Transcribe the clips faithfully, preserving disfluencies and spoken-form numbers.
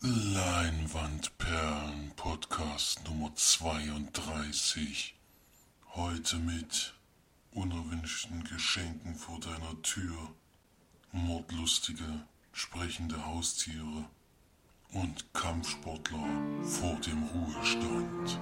Leinwandperlen Podcast Nummer zweiunddreißig. Heute mit unerwünschten Geschenken vor deiner Tür, mordlustige, sprechende Haustiere und Kampfsportler vor dem Ruhestand.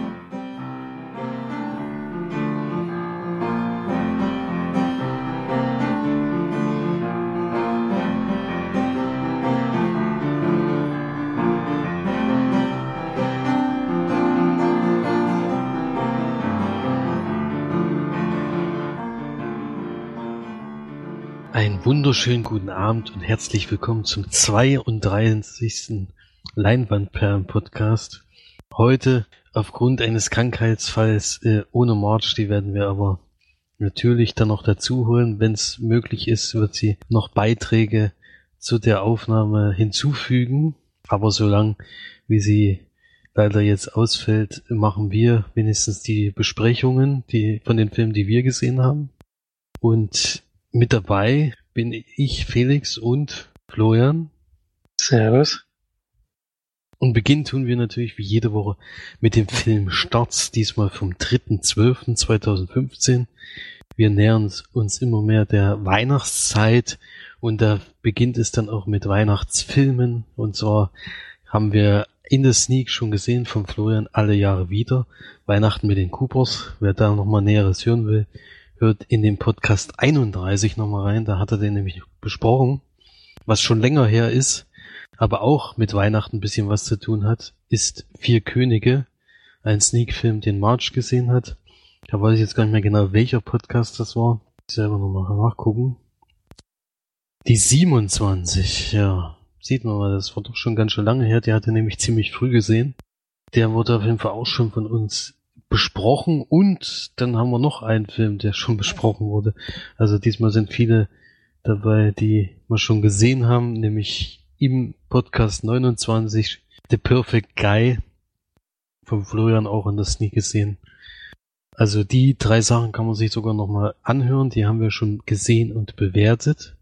Einen wunderschönen guten Abend und herzlich willkommen zum zweiunddreißigsten Leinwandperlen-Podcast. Heute aufgrund eines Krankheitsfalls äh, ohne Marge, die werden wir aber natürlich dann noch dazu holen. Wenn es möglich ist, wird sie noch Beiträge zu der Aufnahme hinzufügen. Aber solange wie sie leider jetzt ausfällt, machen wir wenigstens die Besprechungen die von den Filmen, die wir gesehen haben. Und mit dabei bin ich, Felix und Florian. Servus. Und beginnen tun wir natürlich wie jede Woche mit dem Film Starts, diesmal vom dritten zwölften zweitausendfünfzehn. Wir nähern uns immer mehr der Weihnachtszeit und da beginnt es dann auch mit Weihnachtsfilmen. Und zwar haben wir in der Sneak schon gesehen von Florian Alle Jahre wieder. Weihnachten mit den Coopers. Wer da nochmal Näheres hören will, hört in den Podcast einunddreißig nochmal rein, da hat er den nämlich besprochen, was schon länger her ist, aber auch mit Weihnachten ein bisschen was zu tun hat, ist Vier Könige, ein Sneak-Film, den Marge gesehen hat. Da weiß ich jetzt gar nicht mehr genau, welcher Podcast das war. Ich selber nochmal nachgucken. Die siebenundzwanzig, ja, sieht man mal, das war doch schon ganz schön lange her, der hatte nämlich ziemlich früh gesehen. Der wurde auf jeden Fall auch schon von uns besprochen und dann haben wir noch einen Film, der schon besprochen wurde. Also diesmal sind viele dabei, die wir schon gesehen haben, nämlich im Podcast neunundzwanzig The Perfect Guy von Florian auch in der Sneak gesehen. Also die drei Sachen kann man sich sogar nochmal anhören, die haben wir schon gesehen und bewertet.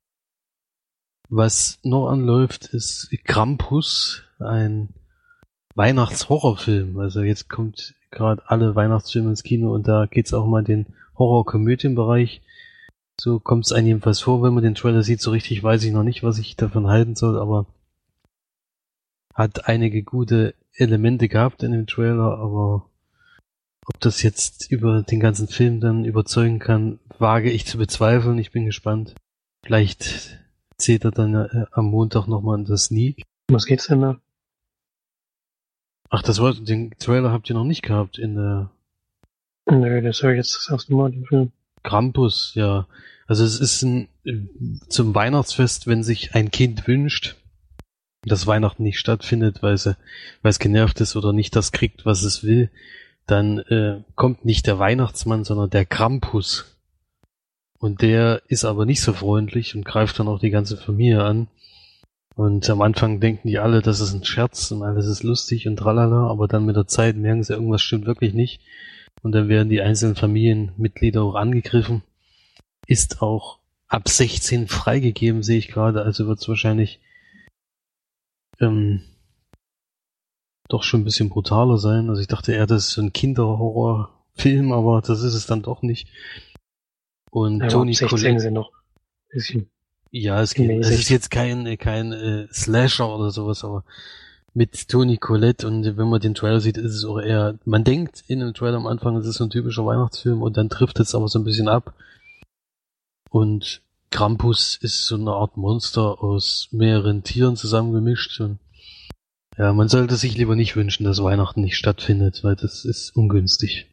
Was noch anläuft, ist Krampus, ein Weihnachtshorrorfilm. Also jetzt kommt gerade alle Weihnachtsfilme ins Kino und da geht's auch mal in den Horror-Komödien-Bereich. So kommt es einem jedenfalls vor, wenn man den Trailer sieht. So richtig weiß ich noch nicht, was ich davon halten soll, aber hat einige gute Elemente gehabt in dem Trailer, aber ob das jetzt über den ganzen Film dann überzeugen kann, wage ich zu bezweifeln. Ich bin gespannt. Vielleicht zählt er dann äh, am Montag nochmal in der Sneak. Was geht's denn da? Ach, das war, den Trailer habt ihr noch nicht gehabt in der... Nö, das höre ich jetzt das erste Mal, den Film. Krampus, ja. Also es ist ein, zum Weihnachtsfest, wenn sich ein Kind wünscht, dass Weihnachten nicht stattfindet, weil es, weil es genervt ist oder nicht das kriegt, was es will, dann äh, kommt nicht der Weihnachtsmann, sondern der Krampus. Und der ist aber nicht so freundlich und greift dann auch die ganze Familie an. Und am Anfang denken die alle, das ist ein Scherz und alles ist lustig und tralala, aber dann mit der Zeit merken sie, irgendwas stimmt wirklich nicht. Und dann werden die einzelnen Familienmitglieder auch angegriffen. Ist auch ab sechzehn freigegeben, sehe ich gerade, also wird es wahrscheinlich ähm, doch schon ein bisschen brutaler sein. Also ich dachte eher, das ist so ein Kinderhorrorfilm, aber das ist es dann doch nicht. Und ja, Toni Collette sind noch ein bisschen. Ja, es geht, es ist jetzt kein, kein äh, Slasher oder sowas, aber mit Toni Collette und wenn man den Trailer sieht, ist es auch eher, man denkt in dem Trailer am Anfang, es ist so ein typischer Weihnachtsfilm und dann trifft es aber so ein bisschen ab. Und Krampus ist so eine Art Monster aus mehreren Tieren zusammengemischt und ja, man sollte sich lieber nicht wünschen, dass Weihnachten nicht stattfindet, weil das ist ungünstig.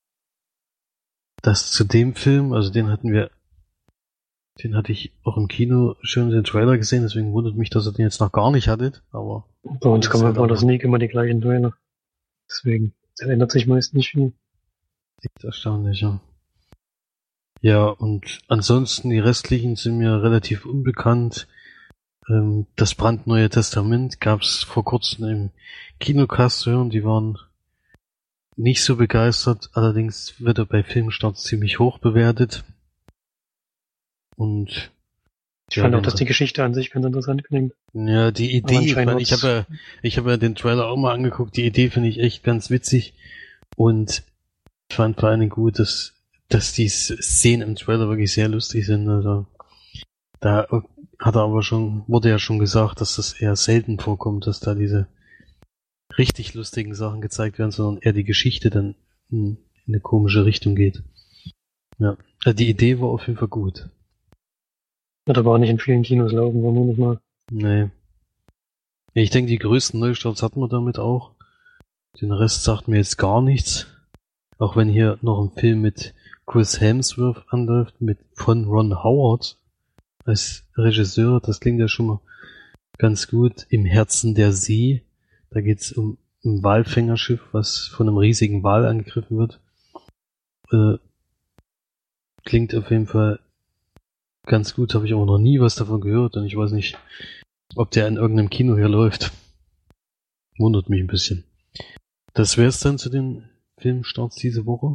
Das zu dem Film, also den hatten wir Den hatte ich auch im Kino schön den Trailer gesehen, deswegen wundert mich, dass ihr den jetzt noch gar nicht hattet, aber... Bei uns kommen bei der Sneak immer die gleichen Trailer. Deswegen, das ändert sich meist nicht viel. Echt erstaunlich, ja. Ja, und ansonsten, die restlichen sind mir relativ unbekannt. Ähm, das brandneue Testament gab's vor kurzem im Kinocast zu hören, die waren nicht so begeistert, allerdings wird er bei Filmstarts ziemlich hoch bewertet. Und Ich ja, fand auch, dass die Geschichte an sich ganz interessant klingt. Ja, die Idee, fand, ich habe ja, ich habe ja den Trailer auch mal angeguckt, die Idee finde ich echt ganz witzig und ich fand vor allem gut, dass, dass die Szenen im Trailer wirklich sehr lustig sind, also da hat er aber schon, wurde ja schon gesagt, dass das eher selten vorkommt, dass da diese richtig lustigen Sachen gezeigt werden, sondern eher die Geschichte dann in eine komische Richtung geht. Ja, also die Idee war auf jeden Fall gut. Wird aber auch nicht in vielen Kinos laufen, warum nicht mal. Nee. Ich denke, die größten Neustarts hatten wir damit auch. Den Rest sagt mir jetzt gar nichts. Auch wenn hier noch ein Film mit Chris Hemsworth anläuft, mit von Ron Howard als Regisseur. Das klingt ja schon mal ganz gut. Im Herzen der See. Da geht's um ein Walfängerschiff, was von einem riesigen Wal angegriffen wird. Äh, klingt auf jeden Fall ganz gut. Habe ich aber noch nie was davon gehört und ich weiß nicht, ob der in irgendeinem Kino hier läuft. Wundert mich ein bisschen. Das wär's dann zu den Filmstarts diese Woche.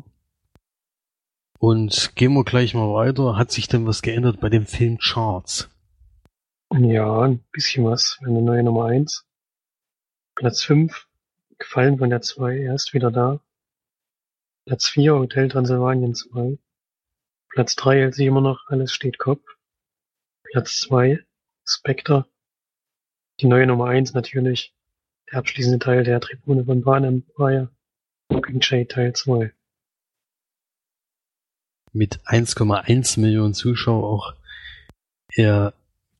Und gehen wir gleich mal weiter. Hat sich denn was geändert bei den Filmcharts? Ja, ein bisschen was. Eine neue Nummer eins. Platz fünf. Gefallen von der zwei. Er ist wieder da. Platz vier. Hotel Transylvanien zwei. Platz drei hält sich immer noch Alles steht Kopf. Platz zwei. Spectre. Die neue Nummer eins natürlich. Der abschließende Teil der Tribune von Panem war ja Mockingjay Teil zwei. Mit eins Komma eins Millionen Zuschauer auch eher,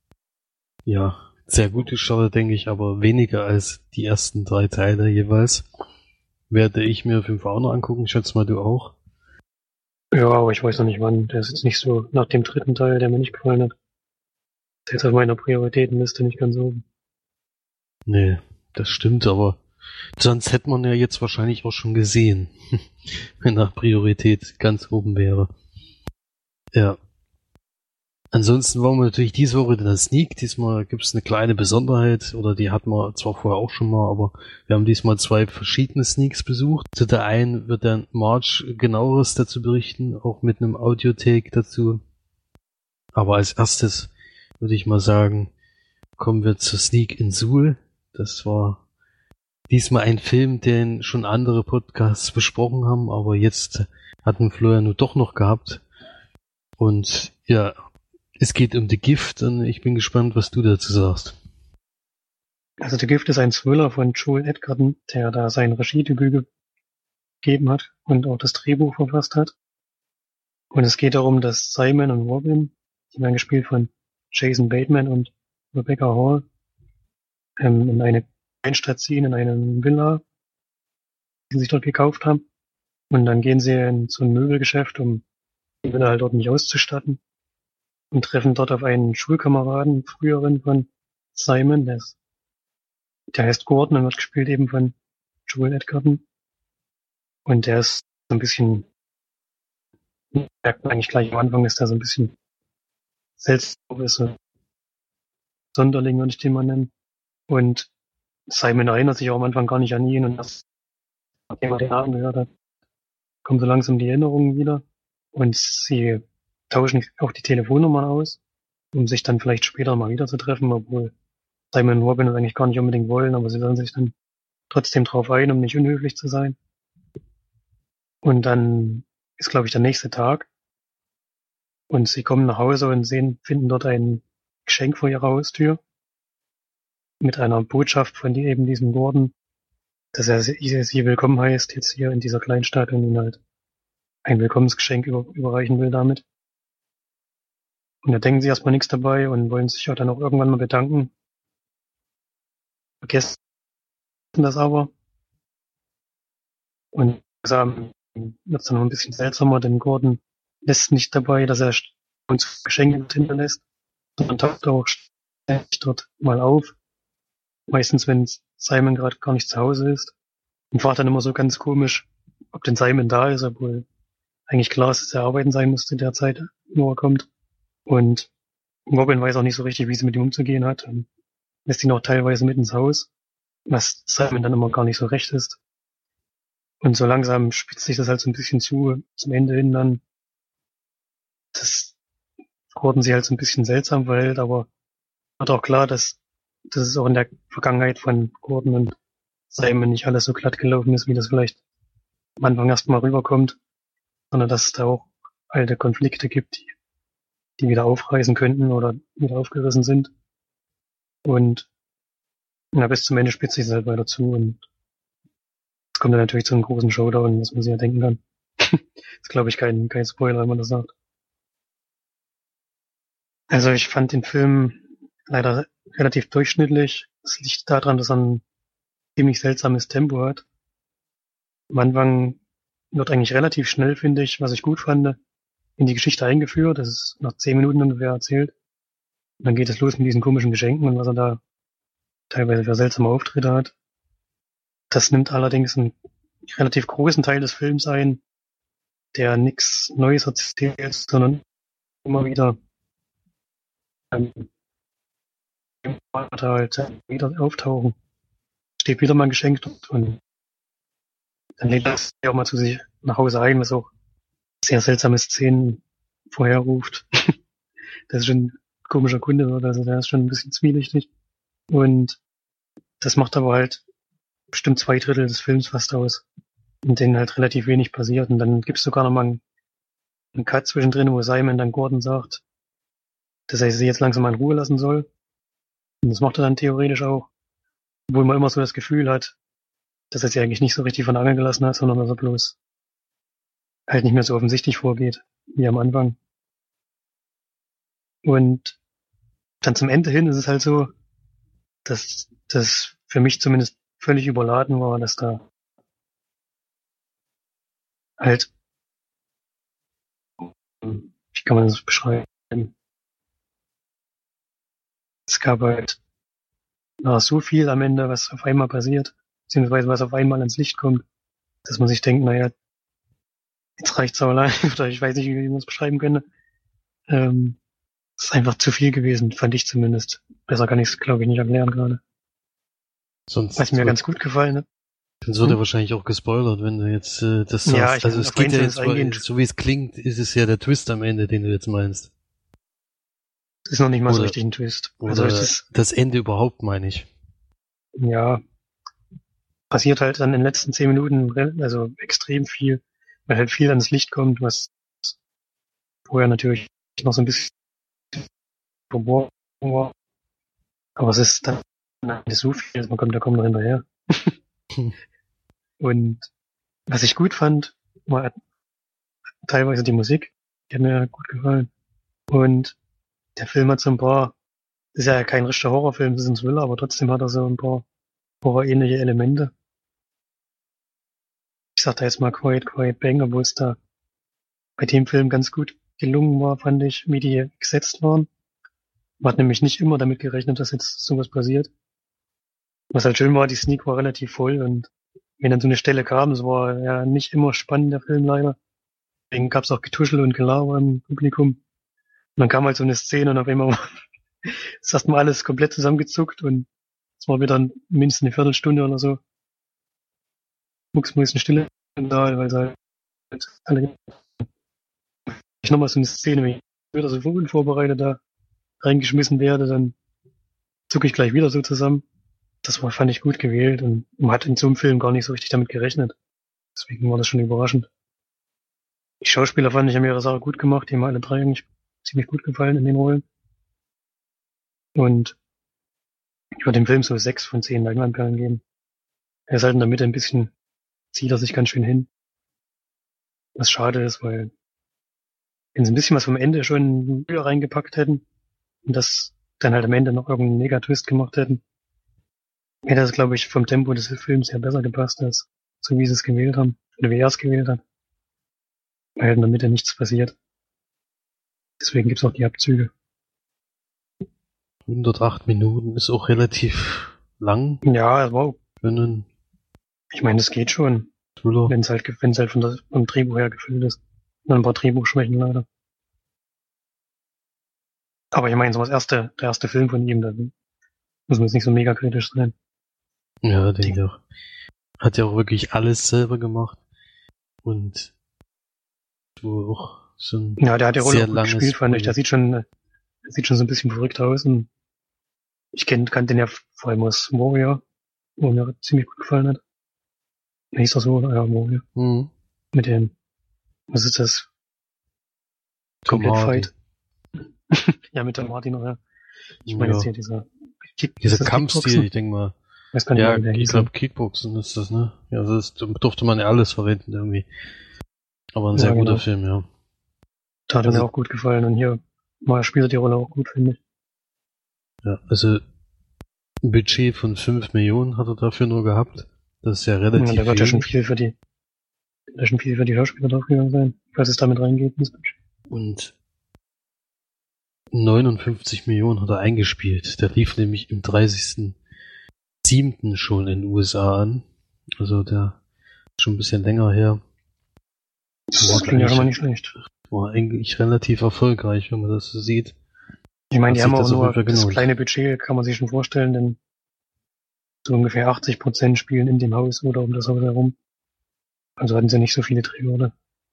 ja, sehr gut gestartet, denke ich, aber weniger als die ersten drei Teile jeweils. Werde ich mir auf jeden Fall auch noch angucken. Ich schätze mal, du auch. Ja, aber ich weiß noch nicht wann. Der ist jetzt nicht so nach dem dritten Teil, der mir nicht gefallen hat. Ist jetzt auf meiner Prioritätenliste nicht ganz oben. Nee, das stimmt, aber sonst hätte man ja jetzt wahrscheinlich auch schon gesehen, wenn nach Priorität ganz oben wäre. Ja. Ansonsten waren wir natürlich diese Woche in der Sneak. Diesmal gibt es eine kleine Besonderheit, oder die hatten wir zwar vorher auch schon mal, aber wir haben diesmal zwei verschiedene Sneaks besucht. Zu der einen wird dann Marge genaueres dazu berichten, auch mit einem Audiotake dazu. Aber als erstes würde ich mal sagen, kommen wir zur Sneak in Suhl. Das war diesmal ein Film, den schon andere Podcasts besprochen haben, aber jetzt hatten Florian nur doch noch gehabt. Und ja, es geht um The Gift und ich bin gespannt, was du dazu sagst. Also The Gift ist ein Thriller von Joel Edgerton, der da sein Regiedebüt gegeben hat und auch das Drehbuch verfasst hat. Und es geht darum, dass Simon und Robin, die werden gespielt von Jason Bateman und Rebecca Hall, ähm, in eine Kleinstadt ziehen, in eine Villa, die sie sich dort gekauft haben. Und dann gehen sie in so ein Möbelgeschäft, um die Villa halt dort nicht auszustatten. Und treffen dort auf einen Schulkameraden, früheren von Simon, der, ist, der heißt Gordon und wird gespielt eben von Joel Edgerton. Und der ist so ein bisschen, merkt man eigentlich gleich am Anfang, dass der so ein bisschen seltsam ist, so Sonderling, würde ich den mal nennen. Und Simon erinnert sich auch am Anfang gar nicht an ihn und das, nachdem er den Namen gehört hat, kommen so langsam die Erinnerungen wieder und sie tauschen auch die Telefonnummern aus, um sich dann vielleicht später mal wieder zu treffen, obwohl Simon und Robin das eigentlich gar nicht unbedingt wollen, aber sie lassen sich dann trotzdem drauf ein, um nicht unhöflich zu sein. Und dann ist, glaube ich, der nächste Tag und sie kommen nach Hause und sehen, finden dort ein Geschenk vor ihrer Haustür mit einer Botschaft von die, eben diesem Gordon, dass er sie, sie willkommen heißt jetzt hier in dieser Kleinstadt und ihnen halt ein Willkommensgeschenk über, überreichen will damit. Und da denken sie erstmal nichts dabei und wollen sich ja dann auch irgendwann mal bedanken. Vergessen das aber. Und langsam wird es dann noch ein bisschen seltsamer, denn Gordon lässt nicht dabei, dass er uns Geschenke hinterlässt, sondern taucht auch ständig dort mal auf. Meistens, wenn Simon gerade gar nicht zu Hause ist. Und fragt dann immer so ganz komisch, ob denn Simon da ist, obwohl eigentlich klar ist, dass er arbeiten sein musste derzeit, wo er kommt. Und Robin weiß auch nicht so richtig, wie sie mit ihm umzugehen hat und lässt ihn auch teilweise mit ins Haus, was Simon dann immer gar nicht so recht ist. Und so langsam spitzt sich das halt so ein bisschen zu, zum Ende hin dann, dass Gordon sich halt so ein bisschen seltsam verhält, aber wird auch klar, dass dass es auch in der Vergangenheit von Gordon und Simon nicht alles so glatt gelaufen ist, wie das vielleicht am Anfang erstmal rüberkommt, sondern dass es da auch alte Konflikte gibt, die, die wieder aufreißen könnten oder wieder aufgerissen sind. Und na, bis zum Ende spitzt sich es halt weiter zu und es kommt dann natürlich zu einem großen Showdown, was man sich ja denken kann. Ist, glaube ich, kein, kein Spoiler, wenn man das sagt. Also ich fand den Film leider relativ durchschnittlich. Es liegt daran, dass er ein ziemlich seltsames Tempo hat. Am Anfang wird eigentlich relativ schnell, finde ich, was ich gut fand, in die Geschichte eingeführt. Das ist nach zehn Minuten ungefähr erzählt. Und dann geht es los mit diesen komischen Geschenken und was er da teilweise für seltsame Auftritte hat. Das nimmt allerdings einen relativ großen Teil des Films ein, der nichts Neues erzählt, sondern immer wieder ähm, halt wieder auftauchen. Steht wieder mal ein Geschenk dort und dann lädt er sich auch mal zu sich nach Hause ein, was auch sehr seltsame Szenen vorherruft. Das ist schon ein komischer Kunde, also der ist schon ein bisschen zwielichtig. Und das macht aber halt bestimmt zwei Drittel des Films fast aus, in denen halt relativ wenig passiert. Und dann gibt's sogar noch mal einen, einen Cut zwischendrin, wo Simon dann Gordon sagt, dass er sie jetzt langsam mal in Ruhe lassen soll. Und das macht er dann theoretisch auch, obwohl man immer so das Gefühl hat, dass er sie eigentlich nicht so richtig von der Angel gelassen hat, sondern dass er bloß halt nicht mehr so offensichtlich vorgeht, wie am Anfang. Und dann zum Ende hin ist es halt so, dass das für mich zumindest völlig überladen war, dass da halt, wie kann man das beschreiben? Es gab halt na, so viel am Ende, was auf einmal passiert, beziehungsweise was auf einmal ins Licht kommt, dass man sich denkt, naja, jetzt reicht's aber allein, oder ich weiß nicht, wie man es beschreiben könnte. Ähm, es ist einfach zu viel gewesen, fand ich zumindest. Besser kann ich es, glaube ich, nicht erklären gerade. Sonst Was mir wird, ganz gut gefallen hat. Sonst wird Hm? er wahrscheinlich auch gespoilert, wenn du jetzt äh, das sagst. Ja, ich also kann es auf geht ja Einzelnes jetzt, eingehen. so wie es klingt, ist es ja der Twist am Ende, den du jetzt meinst. Das ist noch nicht mal so Oder- richtig ein Twist. Oder Also es ist, das Ende überhaupt, meine ich. ja, passiert halt dann in den letzten zehn Minuten re- also extrem viel, weil halt viel ans Licht kommt, was vorher natürlich noch so ein bisschen verborgen war. Aber es ist dann nicht so viel, also man kommt da kaum noch hinterher. Hm. Und was ich gut fand, war teilweise die Musik, die hat mir gut gefallen. Und der Film hat so ein paar, ist ja kein richtiger Horrorfilm, das ist ein Thriller, aber trotzdem hat er so ein paar horrorähnliche Elemente. Ich sag da jetzt mal Quiet, Quiet Bang, obwohl es da bei dem Film ganz gut gelungen war, fand ich, wie die gesetzt waren. Man hat nämlich nicht immer damit gerechnet, dass jetzt sowas passiert. Was halt schön war, die Sneak war relativ voll und wenn dann so eine Stelle kam, es war ja nicht immer spannend, der Film leider. Deswegen gab's auch Getuschel und Gelaber im Publikum. Und dann kam halt so eine Szene und auf einmal ist erstmal alles komplett zusammengezuckt und es war wieder mindestens eine Viertelstunde oder so. Mucksmäuschen Stille im Saal, weil sie halt alle ich nochmal so eine Szene, wenn ich wieder so unvorbereitet da reingeschmissen werde, dann zucke ich gleich wieder so zusammen. Das war, fand ich gut gewählt und man hat in so einem Film gar nicht so richtig damit gerechnet. Deswegen war das schon überraschend. Die Schauspieler fand ich, haben ihre Sache gut gemacht, die haben alle drei eigentlich ziemlich gut gefallen in den Rollen. Und ich würde dem Film so sechs von zehn Leinwandperlen geben. Er ist halt in der Mitte ein bisschen, zieht er sich ganz schön hin. Was schade ist, weil wenn sie ein bisschen was vom Ende schon höher reingepackt hätten und das dann halt am Ende noch irgendeinen Megatwist gemacht hätten, hätte das, glaube ich, vom Tempo des Films ja besser gepasst, als so wie sie es gewählt haben, oder wie er es gewählt hat. Weil halt in der Mitte nichts passiert. Deswegen gibt's auch die Abzüge. hundertacht Minuten ist auch relativ lang Ja, wow. für einen Ich meine, das geht schon, Thriller. wenn es halt, wenn es halt von der, vom Drehbuch her gefüllt ist. Nur ein paar Drehbuchschwächen leider. Aber ich meine, so das erste, der erste Film von ihm, da muss man jetzt nicht so mega kritisch sein. Ja, denke ich auch. Hat ja auch wirklich alles selber gemacht. Und du auch so ein Ja, der hat die Rolle sehr auch gut langes gespielt, fand ich. Der Projekt. sieht schon, der sieht schon so ein bisschen verrückt aus und Ich kenn, kannte den ja vor allem aus Warrior, wo mir ziemlich gut gefallen hat. Hieß das so? Ja, Warrior. Mhm. Mit dem, was ist das? Complete Fight. Ja, mit dem Martin, oder? Ich meine Ja. jetzt hier dieser Kick, Dieser ist das Kampfstil, Kickboxen? ich denke mal. Weiß gar nicht, Ja, wie der ich hieß. glaube Kickboxen ist das, ne? Ja, das durfte man ja alles verwenden irgendwie. Aber ein sehr Ja, guter genau. Film, ja. Da hat er Also- mir auch gut gefallen und hier mal spielt er die Rolle auch gut, finde ich. Ja, also ein Budget von fünf Millionen hat er dafür nur gehabt. Das ist ja relativ Ja, da wird ja schon wenig. viel für die, da wird schon viel für die Schauspieler draufgegangen sein, falls es damit reingeht. ins Budget. Und neunundfünfzig Millionen hat er eingespielt. Der lief nämlich im dreißigsten siebten schon in den U S A an. Also der ist schon ein bisschen länger her. Das War klingt ja schon mal eigentlich- nicht schlecht. War eigentlich relativ erfolgreich, wenn man das so sieht. Ich meine, die Hat haben sich auch das auf nur jeden Fall das gelohnt. kleine Budget, kann man sich schon vorstellen, denn so ungefähr achtzig Prozent spielen in dem Haus oder um das Haus herum. Also hatten sie nicht so viele Drehorte.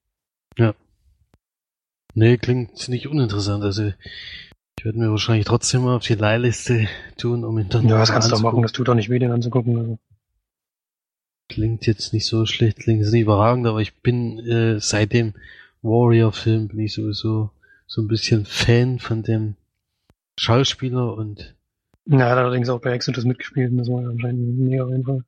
Nee, klingt nicht uninteressant. Also ich werde mir wahrscheinlich trotzdem mal auf die Leihliste tun, um ihn dann Ja, das mal kannst du doch machen, anzugucken. das tut doch nicht weh, den anzugucken. Also. Klingt jetzt nicht so schlecht, klingt jetzt nicht überragend, aber ich bin äh, seit dem Warrior-Film bin ich sowieso so ein bisschen Fan von dem Schauspieler und Ja, er hat allerdings auch bei Exodus mitgespielt und das war ja anscheinend ein mega Einfall.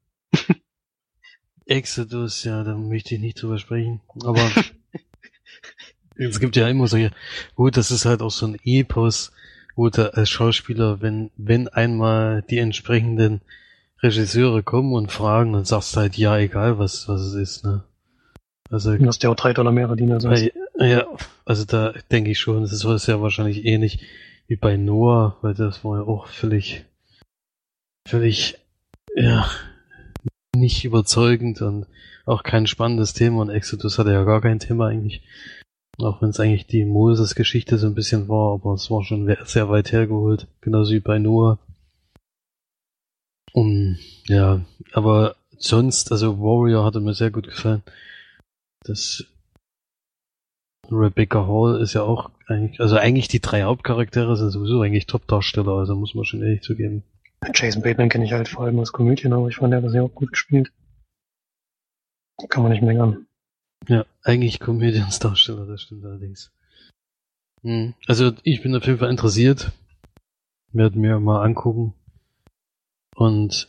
Exodus, ja, da möchte ich nicht drüber sprechen. Aber es gibt ja immer solche, gut, das ist halt auch so ein Epos, wo der als Schauspieler, wenn, wenn einmal die entsprechenden Regisseure kommen und fragen, dann sagst du halt ja, egal was, was es ist, ne? Also, Du hast ja auch drei Dollar mehr verdient als sonst. bei, ja, also da denke ich schon, das ist so ja wahrscheinlich ähnlich wie bei Noah, weil das war ja auch völlig, völlig, ja, nicht überzeugend und auch kein spannendes Thema und Exodus hatte ja gar kein Thema eigentlich. Auch wenn es eigentlich die Moses-Geschichte so ein bisschen war, aber es war schon sehr weit hergeholt, genauso wie bei Noah. Um, ja, aber sonst, also Warrior hatte mir sehr gut gefallen. Das Rebecca Hall ist ja auch eigentlich, also eigentlich die drei Hauptcharaktere sind sowieso eigentlich Top-Darsteller, also muss man schon ehrlich zugeben. Jason Bateman kenne ich halt vor allem aus Komödien, aber ich fand, der hat das ja auch gut gespielt. Kann man nicht meckern. Ja, eigentlich Comedians-Darsteller, das stimmt allerdings. Hm. Also ich bin auf jeden Fall interessiert. Werde mir mal angucken. Und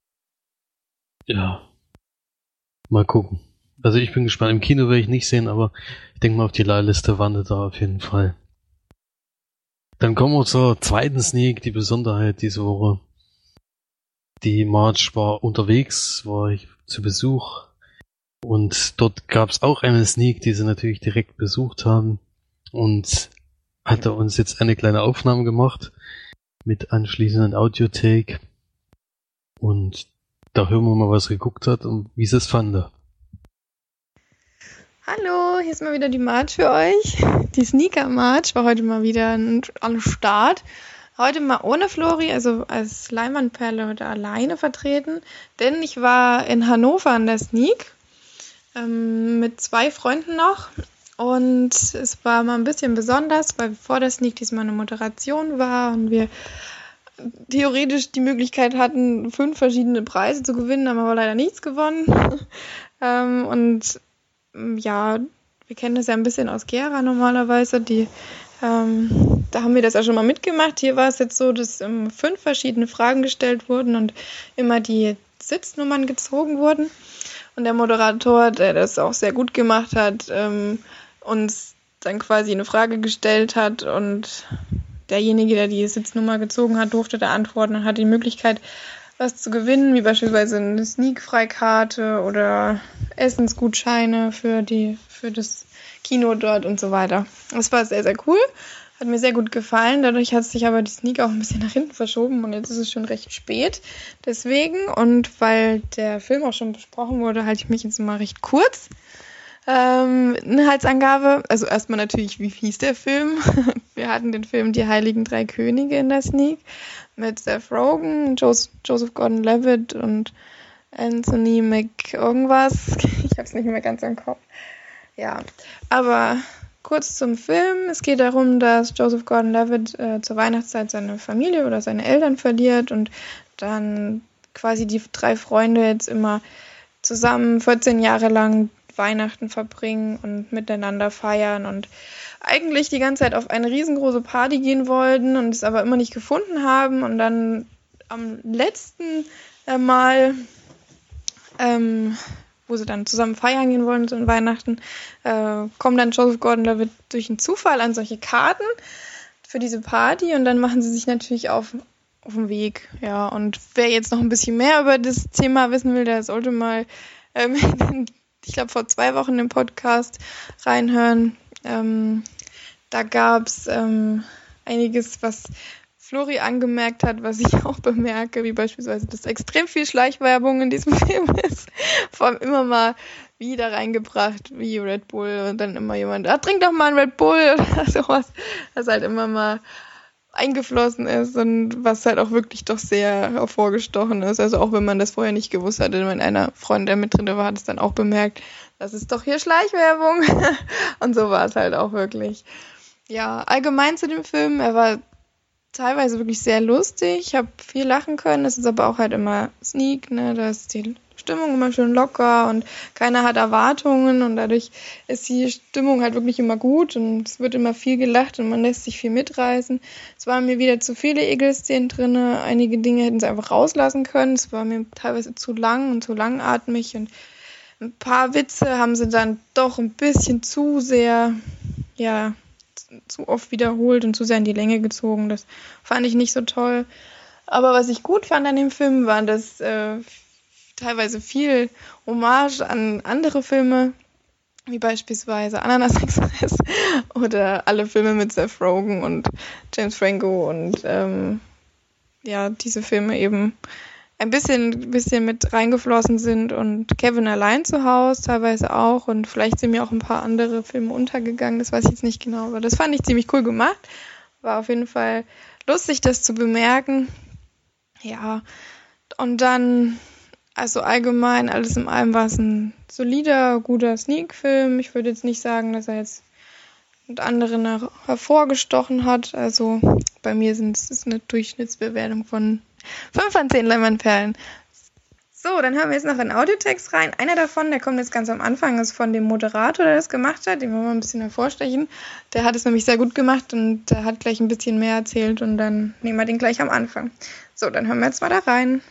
ja, mal gucken. Also ich bin gespannt. Im Kino werde ich nicht sehen, aber ich denke mal auf die Leihliste wandert da auf jeden Fall. Dann kommen wir zur zweiten Sneak, die Besonderheit diese Woche. Die March war unterwegs, war ich zu Besuch. Und dort gab es auch eine Sneak, die sie natürlich direkt besucht haben. Und hat er uns jetzt eine kleine Aufnahme gemacht mit anschließenden Audio-Take. Und da hören wir mal, was er geguckt hat und wie sie es fand. Hallo, hier ist mal wieder die March für euch. Die Sneaker March war heute mal wieder am Start. Heute mal ohne Flori, also als Leinwandperle heute alleine vertreten. Denn ich war in Hannover an der Sneak ähm, mit zwei Freunden noch. Und es war mal ein bisschen besonders, weil vor der Sneak diesmal eine Moderation war und wir theoretisch die Möglichkeit hatten, fünf verschiedene Preise zu gewinnen, haben aber leider nichts gewonnen. ähm, und ja, wir kennen das ja ein bisschen aus Gera normalerweise. Die, ähm, da haben wir das ja schon mal mitgemacht. Hier war es jetzt so, dass ähm, fünf verschiedene Fragen gestellt wurden und immer die Sitznummern gezogen wurden. Und der Moderator, der das auch sehr gut gemacht hat, ähm, uns dann quasi eine Frage gestellt hat und derjenige, der die Sitznummer gezogen hat, durfte da antworten und hatte die Möglichkeit, was zu gewinnen, wie beispielsweise eine Sneak-Freikarte oder Essensgutscheine für die für das Kino dort und so weiter. Das war sehr, sehr cool. Hat mir sehr gut gefallen. Dadurch hat sich aber die Sneak auch ein bisschen nach hinten verschoben und jetzt ist es schon recht spät. Deswegen und weil der Film auch schon besprochen wurde, halte ich mich jetzt mal recht kurz. Ähm, Inhaltsangabe, also erstmal natürlich, wie hieß der Film? Wir hatten den Film Die Heiligen Drei Könige in der Sneak mit Seth Rogen, Joseph, Joseph Gordon-Levitt und Anthony Mac irgendwas. Ich hab's nicht mehr ganz im Kopf. Ja, aber kurz zum Film. Es geht darum, dass Joseph Gordon-Levitt äh, zur Weihnachtszeit seine Familie oder seine Eltern verliert und dann quasi die drei Freunde jetzt immer zusammen vierzehn Jahre lang Weihnachten verbringen und miteinander feiern und eigentlich die ganze Zeit auf eine riesengroße Party gehen wollten und es aber immer nicht gefunden haben und dann am letzten äh, Mal, ähm, wo sie dann zusammen feiern gehen wollen, so in Weihnachten, äh, kommt dann Joseph Gordon-Levitt durch einen Zufall an solche Karten für diese Party und dann machen sie sich natürlich auf auf dem Weg, ja, und wer jetzt noch ein bisschen mehr über das Thema wissen will, der sollte mal, ähm, ich glaube, vor zwei Wochen im Podcast reinhören. Ähm, da gab es ähm, einiges, was Flori angemerkt hat, was ich auch bemerke, wie beispielsweise, dass extrem viel Schleichwerbung in diesem Film ist. Vor allem immer mal wieder reingebracht, wie Red Bull und dann immer jemand, ah, trink doch mal einen Red Bull oder sowas. Das halt immer mal eingeflossen ist und was halt auch wirklich doch sehr hervorgestochen ist. Also auch wenn man das vorher nicht gewusst hatte, wenn einer Freund, der mit drin war, hat es dann auch bemerkt, das ist doch hier Schleichwerbung. Und so war es halt auch wirklich. Ja, allgemein zu dem Film, er war teilweise wirklich sehr lustig. Ich habe viel lachen können. Es ist aber auch halt immer Sneak, ne? Da ist die Stimmung immer schön locker und keiner hat Erwartungen und dadurch ist die Stimmung halt wirklich immer gut und es wird immer viel gelacht und man lässt sich viel mitreißen. Es waren mir wieder zu viele Ekelszenen drin. Einige Dinge hätten sie einfach rauslassen können. Es war mir teilweise zu lang und zu langatmig und ein paar Witze haben sie dann doch ein bisschen zu sehr, ja, zu oft wiederholt und zu sehr in die Länge gezogen. Das fand ich nicht so toll. Aber was ich gut fand an dem Film, war, dass äh, teilweise viel Hommage an andere Filme, wie beispielsweise Ananas Express oder alle Filme mit Seth Rogen und James Franco und ähm, ja, diese Filme eben ein bisschen, bisschen mit reingeflossen sind und Kevin allein zu Hause teilweise auch und vielleicht sind mir auch ein paar andere Filme untergegangen, das weiß ich jetzt nicht genau, aber das fand ich ziemlich cool gemacht. War auf jeden Fall lustig, das zu bemerken. Ja, und dann, also allgemein, alles in allem war es ein solider, guter Sneak-Film. Ich würde jetzt nicht sagen, dass er jetzt mit anderen her- hervorgestochen hat. Also bei mir sind es eine Durchschnittsbewertung von fünf von zehn Leinwandperlen. So, dann hören wir jetzt noch einen Audiotext rein. Einer davon, der kommt jetzt ganz am Anfang, ist von dem Moderator, der das gemacht hat. Den wollen wir ein bisschen hervorstechen. Der hat es nämlich sehr gut gemacht und der hat gleich ein bisschen mehr erzählt und dann nehmen wir den gleich am Anfang. So, dann hören wir jetzt mal da rein.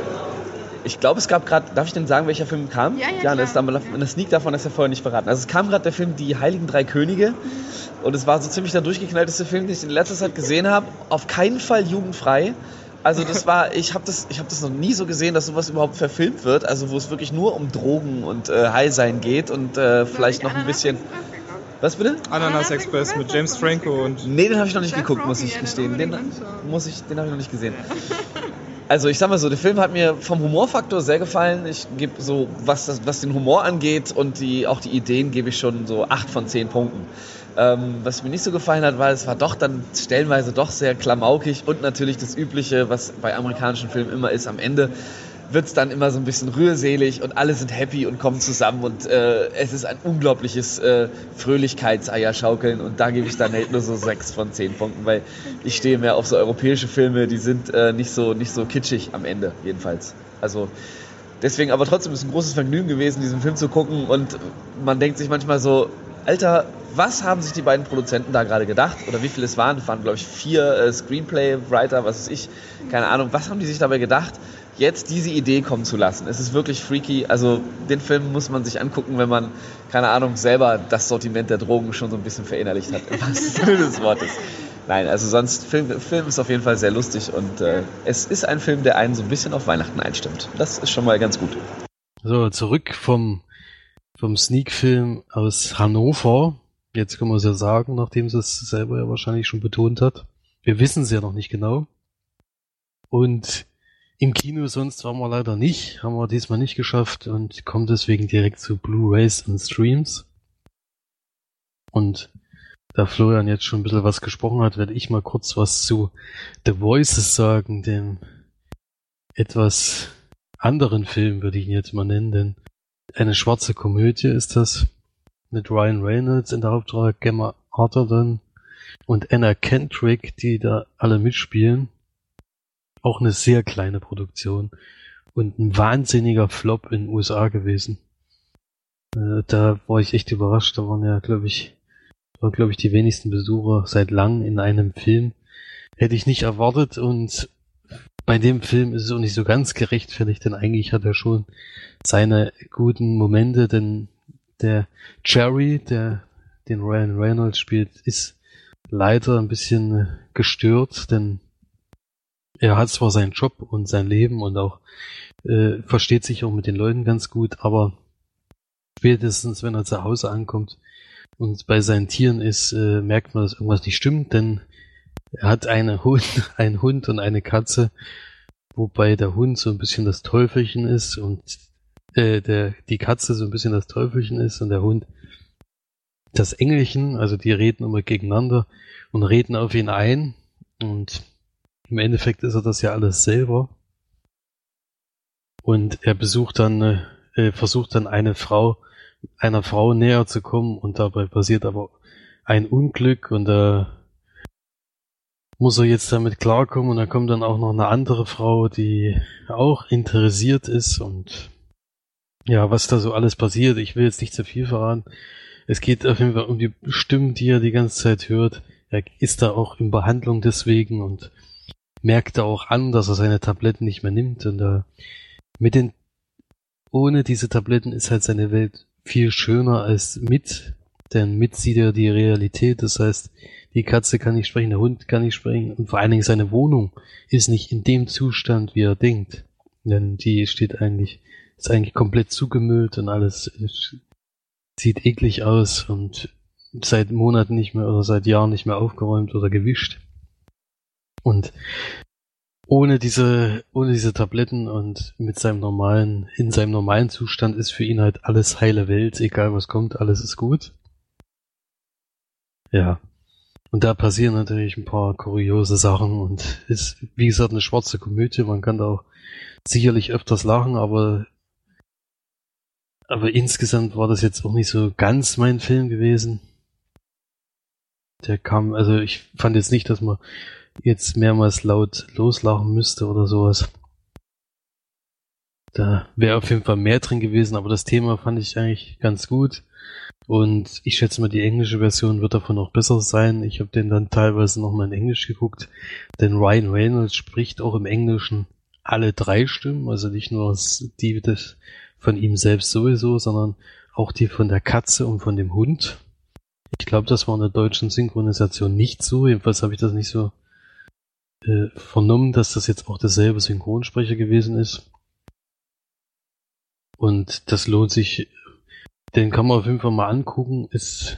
Ich glaube, es gab gerade, darf ich denn sagen, welcher Film kam? Ja, ja, ja das ist aber eine Sneak davon, ist ja vorher nicht verraten. Also es kam gerade der Film Die Heiligen Drei Könige und es war so ziemlich der durchgeknallteste Film, den ich in letzter Zeit gesehen habe. Auf keinen Fall jugendfrei. Also das war, ich habe das, ich habe das noch nie so gesehen, dass sowas überhaupt verfilmt wird. Also wo es wirklich nur um Drogen und äh, High-Sein geht und äh, vielleicht noch ein bisschen. Was bitte? Ananas Express mit James Franco und. Nee, den habe ich noch nicht geguckt, muss ich gestehen. Den muss ich, den habe ich noch nicht gesehen. Also ich sag mal so, der Film hat mir vom Humorfaktor sehr gefallen. Ich gebe so, was, das, was den Humor angeht und die, auch die Ideen, gebe ich schon so acht von zehn Punkten. Ähm, was mir nicht so gefallen hat, war, es war doch dann stellenweise doch sehr klamaukig und natürlich das Übliche, was bei amerikanischen Filmen immer ist, am Ende wird es dann immer so ein bisschen rührselig und alle sind happy und kommen zusammen und äh, es ist ein unglaubliches äh, Fröhlichkeitseierschaukeln und da gebe ich dann halt nur so sechs von zehn Punkten, weil ich stehe mehr auf so europäische Filme, die sind äh, nicht so nicht so kitschig am Ende jedenfalls. Also deswegen aber trotzdem ist es ein großes Vergnügen gewesen, diesen Film zu gucken und man denkt sich manchmal so, Alter, was haben sich die beiden Produzenten da gerade gedacht? Oder wie viele es waren? Es waren, glaube ich, vier äh, Screenplay-Writer, was weiß ich, keine Ahnung. Was haben die sich dabei gedacht, jetzt diese Idee kommen zu lassen? Es ist wirklich freaky. Also den Film muss man sich angucken, wenn man, keine Ahnung, selber das Sortiment der Drogen schon so ein bisschen verinnerlicht hat, im wahrsten Sinne des Wortes. Nein, also sonst, Film, Film ist auf jeden Fall sehr lustig und äh, es ist ein Film, der einen so ein bisschen auf Weihnachten einstimmt. Das ist schon mal ganz gut. So, zurück vom, vom Sneak-Film aus Hannover. Jetzt können wir es ja sagen, nachdem sie es selber ja wahrscheinlich schon betont hat. Wir wissen es ja noch nicht genau. Und im Kino sonst waren wir leider nicht, haben wir diesmal nicht geschafft und kommen deswegen direkt zu Blu-rays und Streams. Und da Florian jetzt schon ein bisschen was gesprochen hat, werde ich mal kurz was zu The Voices sagen, dem etwas anderen Film, würde ich ihn jetzt mal nennen, denn eine schwarze Komödie ist das. mit Ryan Reynolds in der Hauptrolle, Gemma Arterton und Anna Kendrick, die da alle mitspielen. Auch eine sehr kleine Produktion und ein wahnsinniger Flop in den U S A gewesen. Äh, da war ich echt überrascht. Da waren ja, glaube ich, war glaube ich die wenigsten Besucher seit langem in einem Film. Hätte ich nicht erwartet, und bei dem Film ist es auch nicht so ganz gerechtfertigt, denn eigentlich hat er schon seine guten Momente, denn der Jerry, der den Ryan Reynolds spielt, ist leider ein bisschen gestört, denn er hat zwar seinen Job und sein Leben und auch äh, versteht sich auch mit den Leuten ganz gut, aber spätestens, wenn er zu Hause ankommt und bei seinen Tieren ist, äh, merkt man, dass irgendwas nicht stimmt, denn er hat eine Hund, einen Hund und eine Katze, wobei der Hund so ein bisschen das Teufelchen ist und äh, der die Katze so ein bisschen das Teufelchen ist und der Hund das Engelchen, also die reden immer gegeneinander und reden auf ihn ein, und im Endeffekt ist er das ja alles selber. Und er besucht dann, äh, versucht dann eine Frau, einer Frau näher zu kommen, und dabei passiert aber ein Unglück, und da äh, muss er jetzt damit klarkommen, und da kommt dann auch noch eine andere Frau, die auch interessiert ist, und ja, was da so alles passiert, ich will jetzt nicht zu viel verraten. Es geht auf jeden Fall um die Stimmen, die er die ganze Zeit hört. Er ist da auch in Behandlung deswegen und merkt da auch an, dass er seine Tabletten nicht mehr nimmt, und da mit den ohne diese Tabletten ist halt seine Welt viel schöner als mit, denn mit sieht er die Realität, das heißt, die Katze kann nicht sprechen, der Hund kann nicht sprechen, und vor allen Dingen seine Wohnung ist nicht in dem Zustand, wie er denkt, denn die steht eigentlich, ist eigentlich komplett zugemüllt und alles ist, sieht eklig aus und seit Monaten nicht mehr oder seit Jahren nicht mehr aufgeräumt oder gewischt. Und ohne diese, ohne diese Tabletten und mit seinem normalen, in seinem normalen Zustand ist für ihn halt alles heile Welt, egal was kommt, alles ist gut. Ja. Und da passieren natürlich ein paar kuriose Sachen und ist, wie gesagt, eine schwarze Komödie. Man kann da auch sicherlich öfters lachen, aber aber insgesamt war das jetzt auch nicht so ganz mein Film gewesen. Der kam, also ich fand jetzt nicht, dass man jetzt mehrmals laut loslachen müsste oder sowas. Da wäre auf jeden Fall mehr drin gewesen, aber das Thema fand ich eigentlich ganz gut. Und ich schätze mal, die englische Version wird davon auch besser sein. Ich habe den dann teilweise nochmal in Englisch geguckt, denn Ryan Reynolds spricht auch im Englischen alle drei Stimmen, also nicht nur die des von ihm selbst sowieso, sondern auch die von der Katze und von dem Hund. Ich glaube, das war in der deutschen Synchronisation nicht so, jedenfalls habe ich das nicht so äh, vernommen, dass das jetzt auch derselbe Synchronsprecher gewesen ist. Und das lohnt sich, den kann man auf jeden Fall mal angucken, ist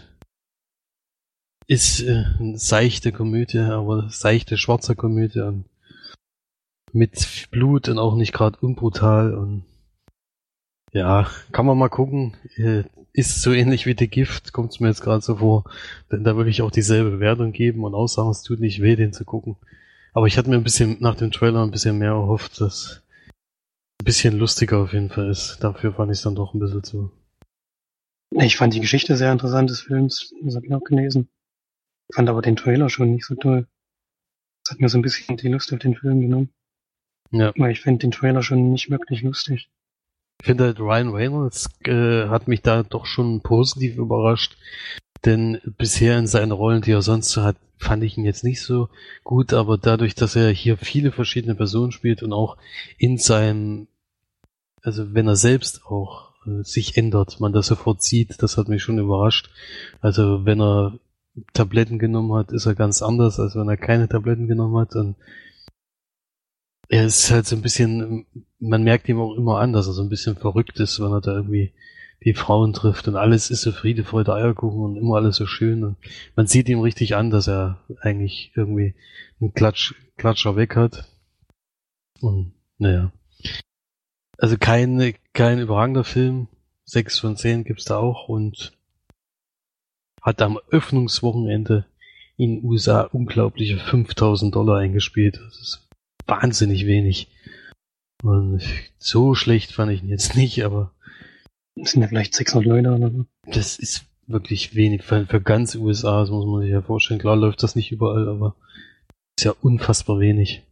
ist äh, eine seichte Komödie, aber seichte schwarze Komödie und mit Blut und auch nicht gerade unbrutal, und ja, kann man mal gucken. Äh, ist so ähnlich wie The Gift, kommt es mir jetzt gerade so vor, denn da würde ich auch dieselbe Wertung geben und auch sagen, es tut nicht weh, den zu gucken. Aber ich hatte mir ein bisschen nach dem Trailer ein bisschen mehr erhofft, dass ein bisschen lustiger auf jeden Fall ist. Dafür fand ich es dann doch ein bisschen zu. Ich fand die Geschichte sehr interessant des Films, das habe ich auch gelesen. Fand aber den Trailer schon nicht so toll. Das hat mir so ein bisschen die Lust auf den Film genommen. Ja. Weil ich finde den Trailer schon nicht wirklich lustig. Ich finde halt, Ryan Reynolds äh, hat mich da doch schon positiv überrascht, denn bisher in seinen Rollen, die er sonst so hat, fand ich ihn jetzt nicht so gut, aber dadurch, dass er hier viele verschiedene Personen spielt und auch in seinem, also wenn er selbst auch äh, sich ändert, man das sofort sieht, das hat mich schon überrascht. Also wenn er Tabletten genommen hat, ist er ganz anders, als wenn er keine Tabletten genommen hat, und er ist halt so ein bisschen, man merkt ihm auch immer an, dass er so ein bisschen verrückt ist, wenn er da irgendwie die Frauen trifft und alles ist so Friede, Freude, Eierkuchen und immer alles so schön, und man sieht ihm richtig an, dass er eigentlich irgendwie einen Klatsch, Klatscher weg hat. Und naja. Also kein, kein überragender Film, sechs von zehn gibt's da auch, und hat am Öffnungswochenende in den U S A unglaubliche fünftausend Dollar eingespielt. Das ist wahnsinnig wenig. Und so schlecht fand ich ihn jetzt nicht, aber das sind ja vielleicht sechshundert Leute oder so. Das ist wirklich wenig. Für, für ganz U S A, das muss man sich ja vorstellen. Klar läuft das nicht überall, aber ist ja unfassbar wenig.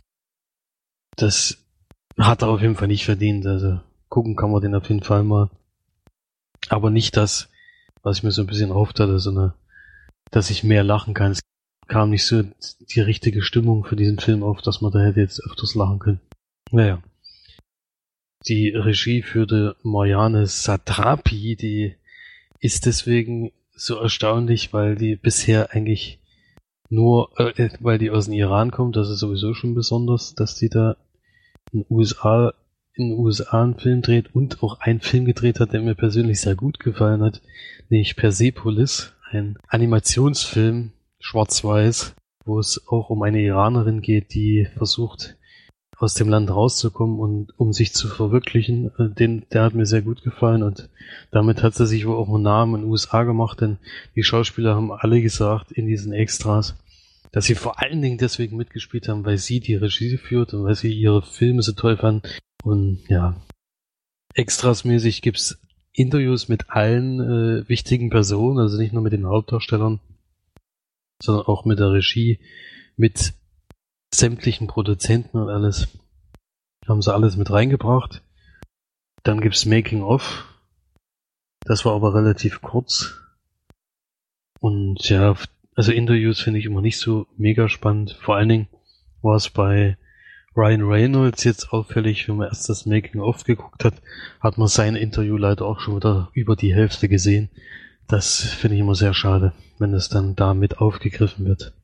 Das hat er auf jeden Fall nicht verdient. Also gucken kann man den auf jeden Fall mal. Aber nicht das, was ich mir so ein bisschen erhofft hatte, sondern dass ich mehr lachen kann. Es kam nicht so die richtige Stimmung für diesen Film auf, dass man da hätte jetzt öfters lachen können. Naja. Die Regie führte Marianne Satrapi, die ist deswegen so erstaunlich, weil die bisher eigentlich nur, äh, weil die aus dem Iran kommt, das ist sowieso schon besonders, dass die da in den U S A, in den U S A einen Film dreht und auch einen Film gedreht hat, der mir persönlich sehr gut gefallen hat, nämlich Persepolis, ein Animationsfilm, schwarz-weiß, wo es auch um eine Iranerin geht, die versucht, aus dem Land rauszukommen und um sich zu verwirklichen. Den, der hat mir sehr gut gefallen und damit hat sie sich wohl auch einen Namen in den U S A gemacht, denn die Schauspieler haben alle gesagt in diesen Extras, dass sie vor allen Dingen deswegen mitgespielt haben, weil sie die Regie führt und weil sie ihre Filme so toll fanden. Und ja, extrasmäßig gibt's Interviews mit allen äh, wichtigen Personen, also nicht nur mit den Hauptdarstellern, sondern auch mit der Regie, mit sämtlichen Produzenten und alles. Haben sie alles mit reingebracht. Dann gibt's Making of. Das war aber relativ kurz. Und ja, also Interviews finde ich immer nicht so mega spannend. Vor allen Dingen war es bei Ryan Reynolds jetzt auffällig, wenn man erst das Making of geguckt hat, hat man sein Interview leider auch schon wieder über die Hälfte gesehen. Das finde ich immer sehr schade, wenn es dann da mit aufgegriffen wird.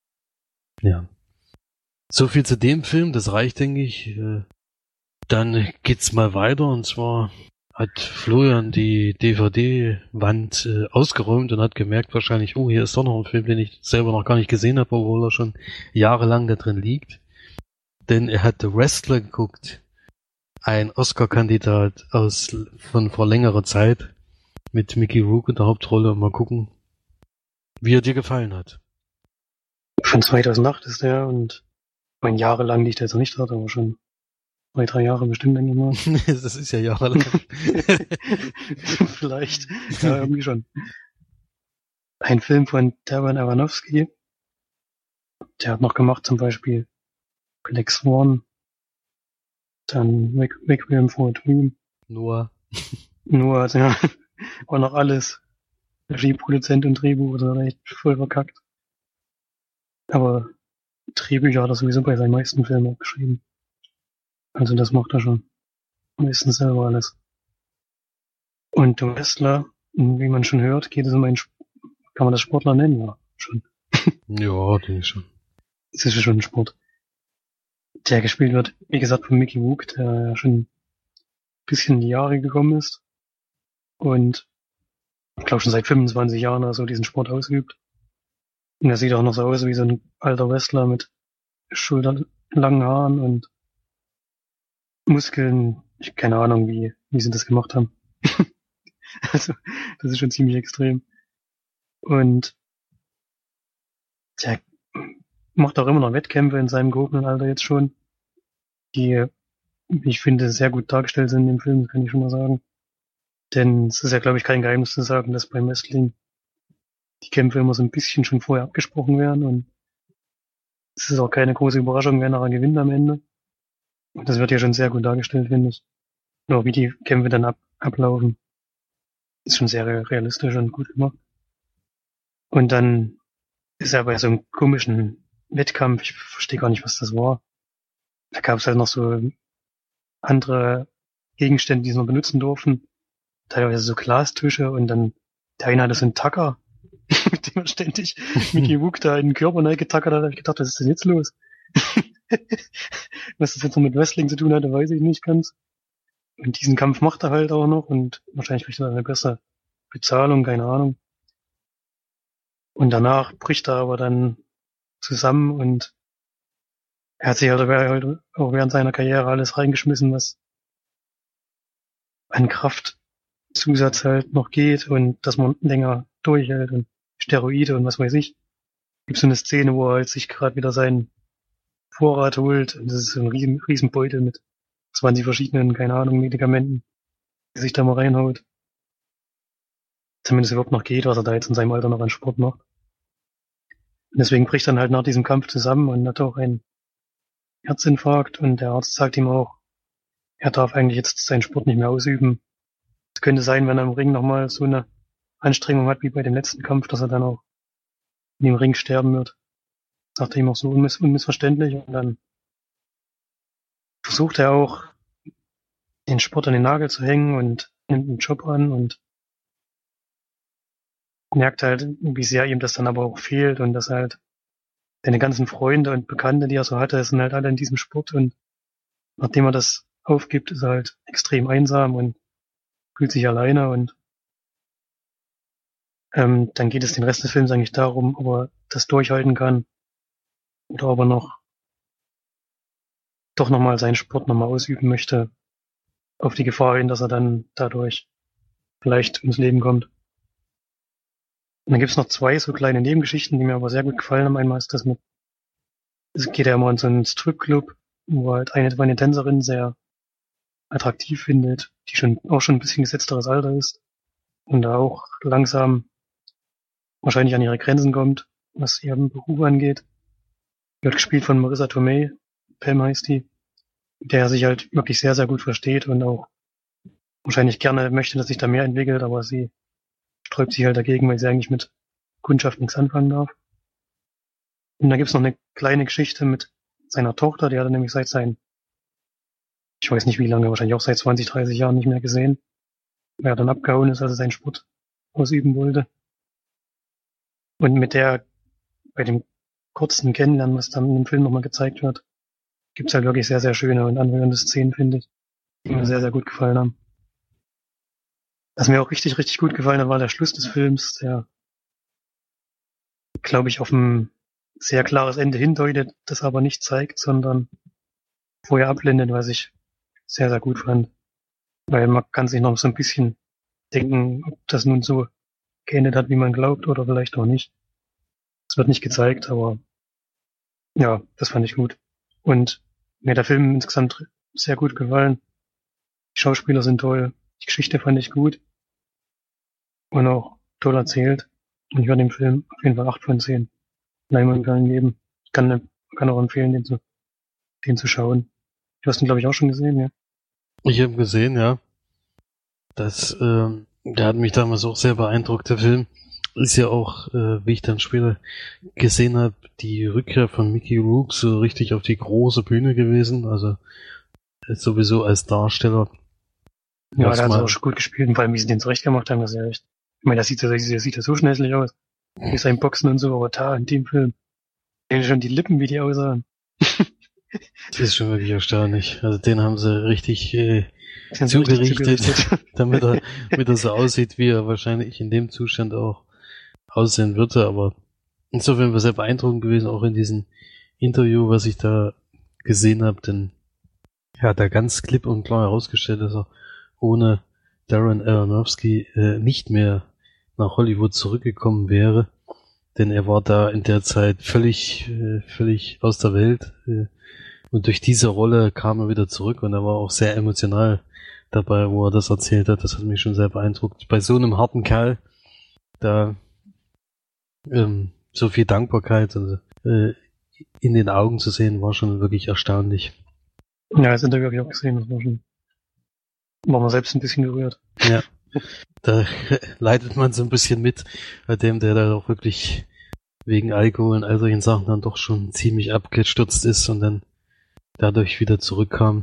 Ja. So viel zu dem Film, das reicht, denke ich. Dann geht's mal weiter, und zwar hat Florian die D V D-Wand äh, ausgeräumt und hat gemerkt wahrscheinlich, oh, hier ist doch noch ein Film, den ich selber noch gar nicht gesehen habe, obwohl er schon jahrelang da drin liegt. Denn er hat The Wrestler geguckt, ein Oscar-Kandidat aus von vor längerer Zeit mit Mickey Rourke in der Hauptrolle. Und mal gucken, wie er dir gefallen hat. Von zweitausendacht ist der, und mein jahrelang liegt er jetzt noch nicht dort, aber schon zwei, drei Jahre bestimmt, denke ich mal. Das ist ja jahrelang. Vielleicht, ja, irgendwie schon. Ein Film von Darren Aronofsky. Der hat noch gemacht zum Beispiel Black Swan, dann Requiem for a Dream. Noah. Noah, also ja, war noch alles. Regieproduzent und Drehbuch, das war echt voll verkackt. Aber Drehbücher hat er sowieso bei seinen meisten Filmen auch geschrieben. Also das macht er schon. Meistens selber alles. Und The Wrestler, wie man schon hört, geht es um einen, Sp- kann man das Sportler nennen? Ja, schon. Ja, denke ich schon. Es ist schon ein Sport. Der gespielt wird, wie gesagt, von Mickey Rourke, der ja schon ein bisschen in die Jahre gekommen ist. Und ich glaube schon seit fünfundzwanzig Jahren oder so diesen Sport ausübt. Und er sieht auch noch so aus wie so ein alter Wrestler mit schulterlangen Haaren und Muskeln. Ich habe keine Ahnung, wie, wie sie das gemacht haben. Also, das ist schon ziemlich extrem. Und der macht auch immer noch Wettkämpfe in seinem gehobenen Alter jetzt schon, die, wie ich finde, sehr gut dargestellt sind im Film, das kann ich schon mal sagen. Denn es ist ja, glaube ich, kein Geheimnis zu sagen, dass beim Wrestling die Kämpfe immer so ein bisschen schon vorher abgesprochen werden, und es ist auch keine große Überraschung, wer nachher gewinnt am Ende. Und das wird ja schon sehr gut dargestellt, finde ich. Und auch wie die Kämpfe dann ab, ablaufen. Ist schon sehr realistisch und gut gemacht. Und dann ist er bei so einem komischen Wettkampf, ich verstehe gar nicht, was das war. Da gab es halt noch so andere Gegenstände, die sie noch benutzen durften. Teilweise so Glastische, und dann der eine hatte so einen Tacker, mit dem er ständig Mickey Rourke da in den Körper getackert hat. Da hab ich gedacht, was ist denn jetzt los? Was das jetzt noch mit Wrestling zu tun hatte, weiß ich nicht ganz. Und diesen Kampf macht er halt auch noch, und wahrscheinlich kriegt er eine bessere Bezahlung, keine Ahnung. Und danach bricht er aber dann zusammen, und er hat sich halt auch während seiner Karriere alles reingeschmissen, was an Kraftzusatz halt noch geht, und dass man länger durchhält, und Steroide und was weiß ich. Gibt so eine Szene, wo er halt sich gerade wieder seinen Vorrat holt, und das ist so ein riesen, riesen Beutel mit zwanzig verschiedenen, keine Ahnung, Medikamenten, die sich da mal reinhaut. zumindest überhaupt noch geht, was er da jetzt in seinem Alter noch an Sport macht. Und deswegen bricht er dann halt nach diesem Kampf zusammen und hat auch einen Herzinfarkt und der Arzt sagt ihm auch, er darf eigentlich jetzt seinen Sport nicht mehr ausüben. Es könnte sein, wenn er im Ring nochmal so eine Anstrengung hat wie bei dem letzten Kampf, dass er dann auch in dem Ring sterben wird. Sagt er ihm auch so unmiss- unmissverständlich und dann versucht er auch, den Sport an den Nagel zu hängen und nimmt einen Job an und merkt halt, wie sehr ihm das dann aber auch fehlt und dass halt seine ganzen Freunde und Bekannte, die er so hatte, sind halt alle in diesem Sport und nachdem er das aufgibt, ist er halt extrem einsam und fühlt sich alleine und ähm, dann geht es den Rest des Films eigentlich darum, ob er das durchhalten kann oder ob er noch doch nochmal seinen Sport nochmal ausüben möchte, auf die Gefahr hin, dass er dann dadurch vielleicht ums Leben kommt. Und dann gibt's noch zwei so kleine Nebengeschichten, die mir aber sehr gut gefallen haben. Einmal ist das mit, es geht ja immer in so einen Stripclub, wo halt eine, eine Tänzerin sehr attraktiv findet, die schon auch schon ein bisschen gesetzteres Alter ist und da auch langsam wahrscheinlich an ihre Grenzen kommt, was ihren Beruf angeht. Die wird gespielt von Marissa Tomei, Pam heißt die, der sich halt wirklich sehr, sehr gut versteht und auch wahrscheinlich gerne möchte, dass sich da mehr entwickelt, aber sie sträubt sich halt dagegen, weil sie eigentlich mit Kundschaft nichts anfangen darf. Und dann gibt's noch eine kleine Geschichte mit seiner Tochter, die hat er nämlich seit seinen, ich weiß nicht wie lange, wahrscheinlich auch seit zwanzig, dreißig Jahren nicht mehr gesehen, weil er dann abgehauen ist, als er seinen Sport ausüben wollte. Und mit der, bei dem kurzen Kennenlernen, was dann im Film nochmal gezeigt wird, gibt's halt wirklich sehr, sehr schöne und anrührende Szenen, finde ich, die mir sehr, sehr gut gefallen haben. Was mir auch richtig, richtig gut gefallen hat, war der Schluss des Films, der, glaube ich, auf ein sehr klares Ende hindeutet, das aber nicht zeigt, sondern vorher abblendet, was ich sehr, sehr gut fand. Weil man kann sich noch so ein bisschen denken, ob das nun so geendet hat, wie man glaubt, oder vielleicht auch nicht. Es wird nicht gezeigt, aber ja, das fand ich gut. Und mir hat der Film insgesamt sehr gut gefallen. Die Schauspieler sind toll, die Geschichte fand ich gut und auch toll erzählt. Und ich würde dem Film auf jeden Fall acht von zehn Leinwandperlen geben. Ich kann, kann auch empfehlen, den zu, den zu schauen. Du hast ihn, glaube ich, auch schon gesehen, ja? Ich habe gesehen, ja. Das, ähm, der hat mich damals auch sehr beeindruckt, der Film. Ist ja auch, äh, wie ich dann später gesehen habe, die Rückkehr von Mickey Rourke so richtig auf die große Bühne gewesen. Also sowieso als Darsteller. Ja, der hat auch schon gut gespielt, und vor allem, wie sie den zurechtgemacht haben, das ist ja echt. Ich meine, das sieht ja, das sieht ja so schnetzlich aus. Wie sein Boxen und so, aber da in dem Film. Schon die Lippen, wie die aussahen. Das ist schon wirklich erstaunlich. Also den haben sie richtig äh, zugerichtet, richtig zugerichtet. damit, er, damit er so aussieht, wie er wahrscheinlich in dem Zustand auch aussehen würde. Aber insofern war es sehr beeindruckend gewesen, auch in diesem Interview, was ich da gesehen habe, denn er hat da ganz klipp und klar herausgestellt, dass er ohne Darren Aronofsky äh, nicht mehr nach Hollywood zurückgekommen wäre, denn er war da in der Zeit völlig, äh, völlig aus der Welt äh, und durch diese Rolle kam er wieder zurück und er war auch sehr emotional dabei, wo er das erzählt hat. Das hat mich schon sehr beeindruckt. Bei so einem harten Kerl, da ähm, so viel Dankbarkeit und, äh, in den Augen zu sehen, war schon wirklich erstaunlich. Ja, das Interview habe ich auch gesehen, das war schon, war man selbst ein bisschen gerührt. Ja, da leidet man so ein bisschen mit, bei dem, der da auch wirklich wegen Alkohol und all solchen Sachen dann doch schon ziemlich abgestürzt ist und dann dadurch wieder zurückkam.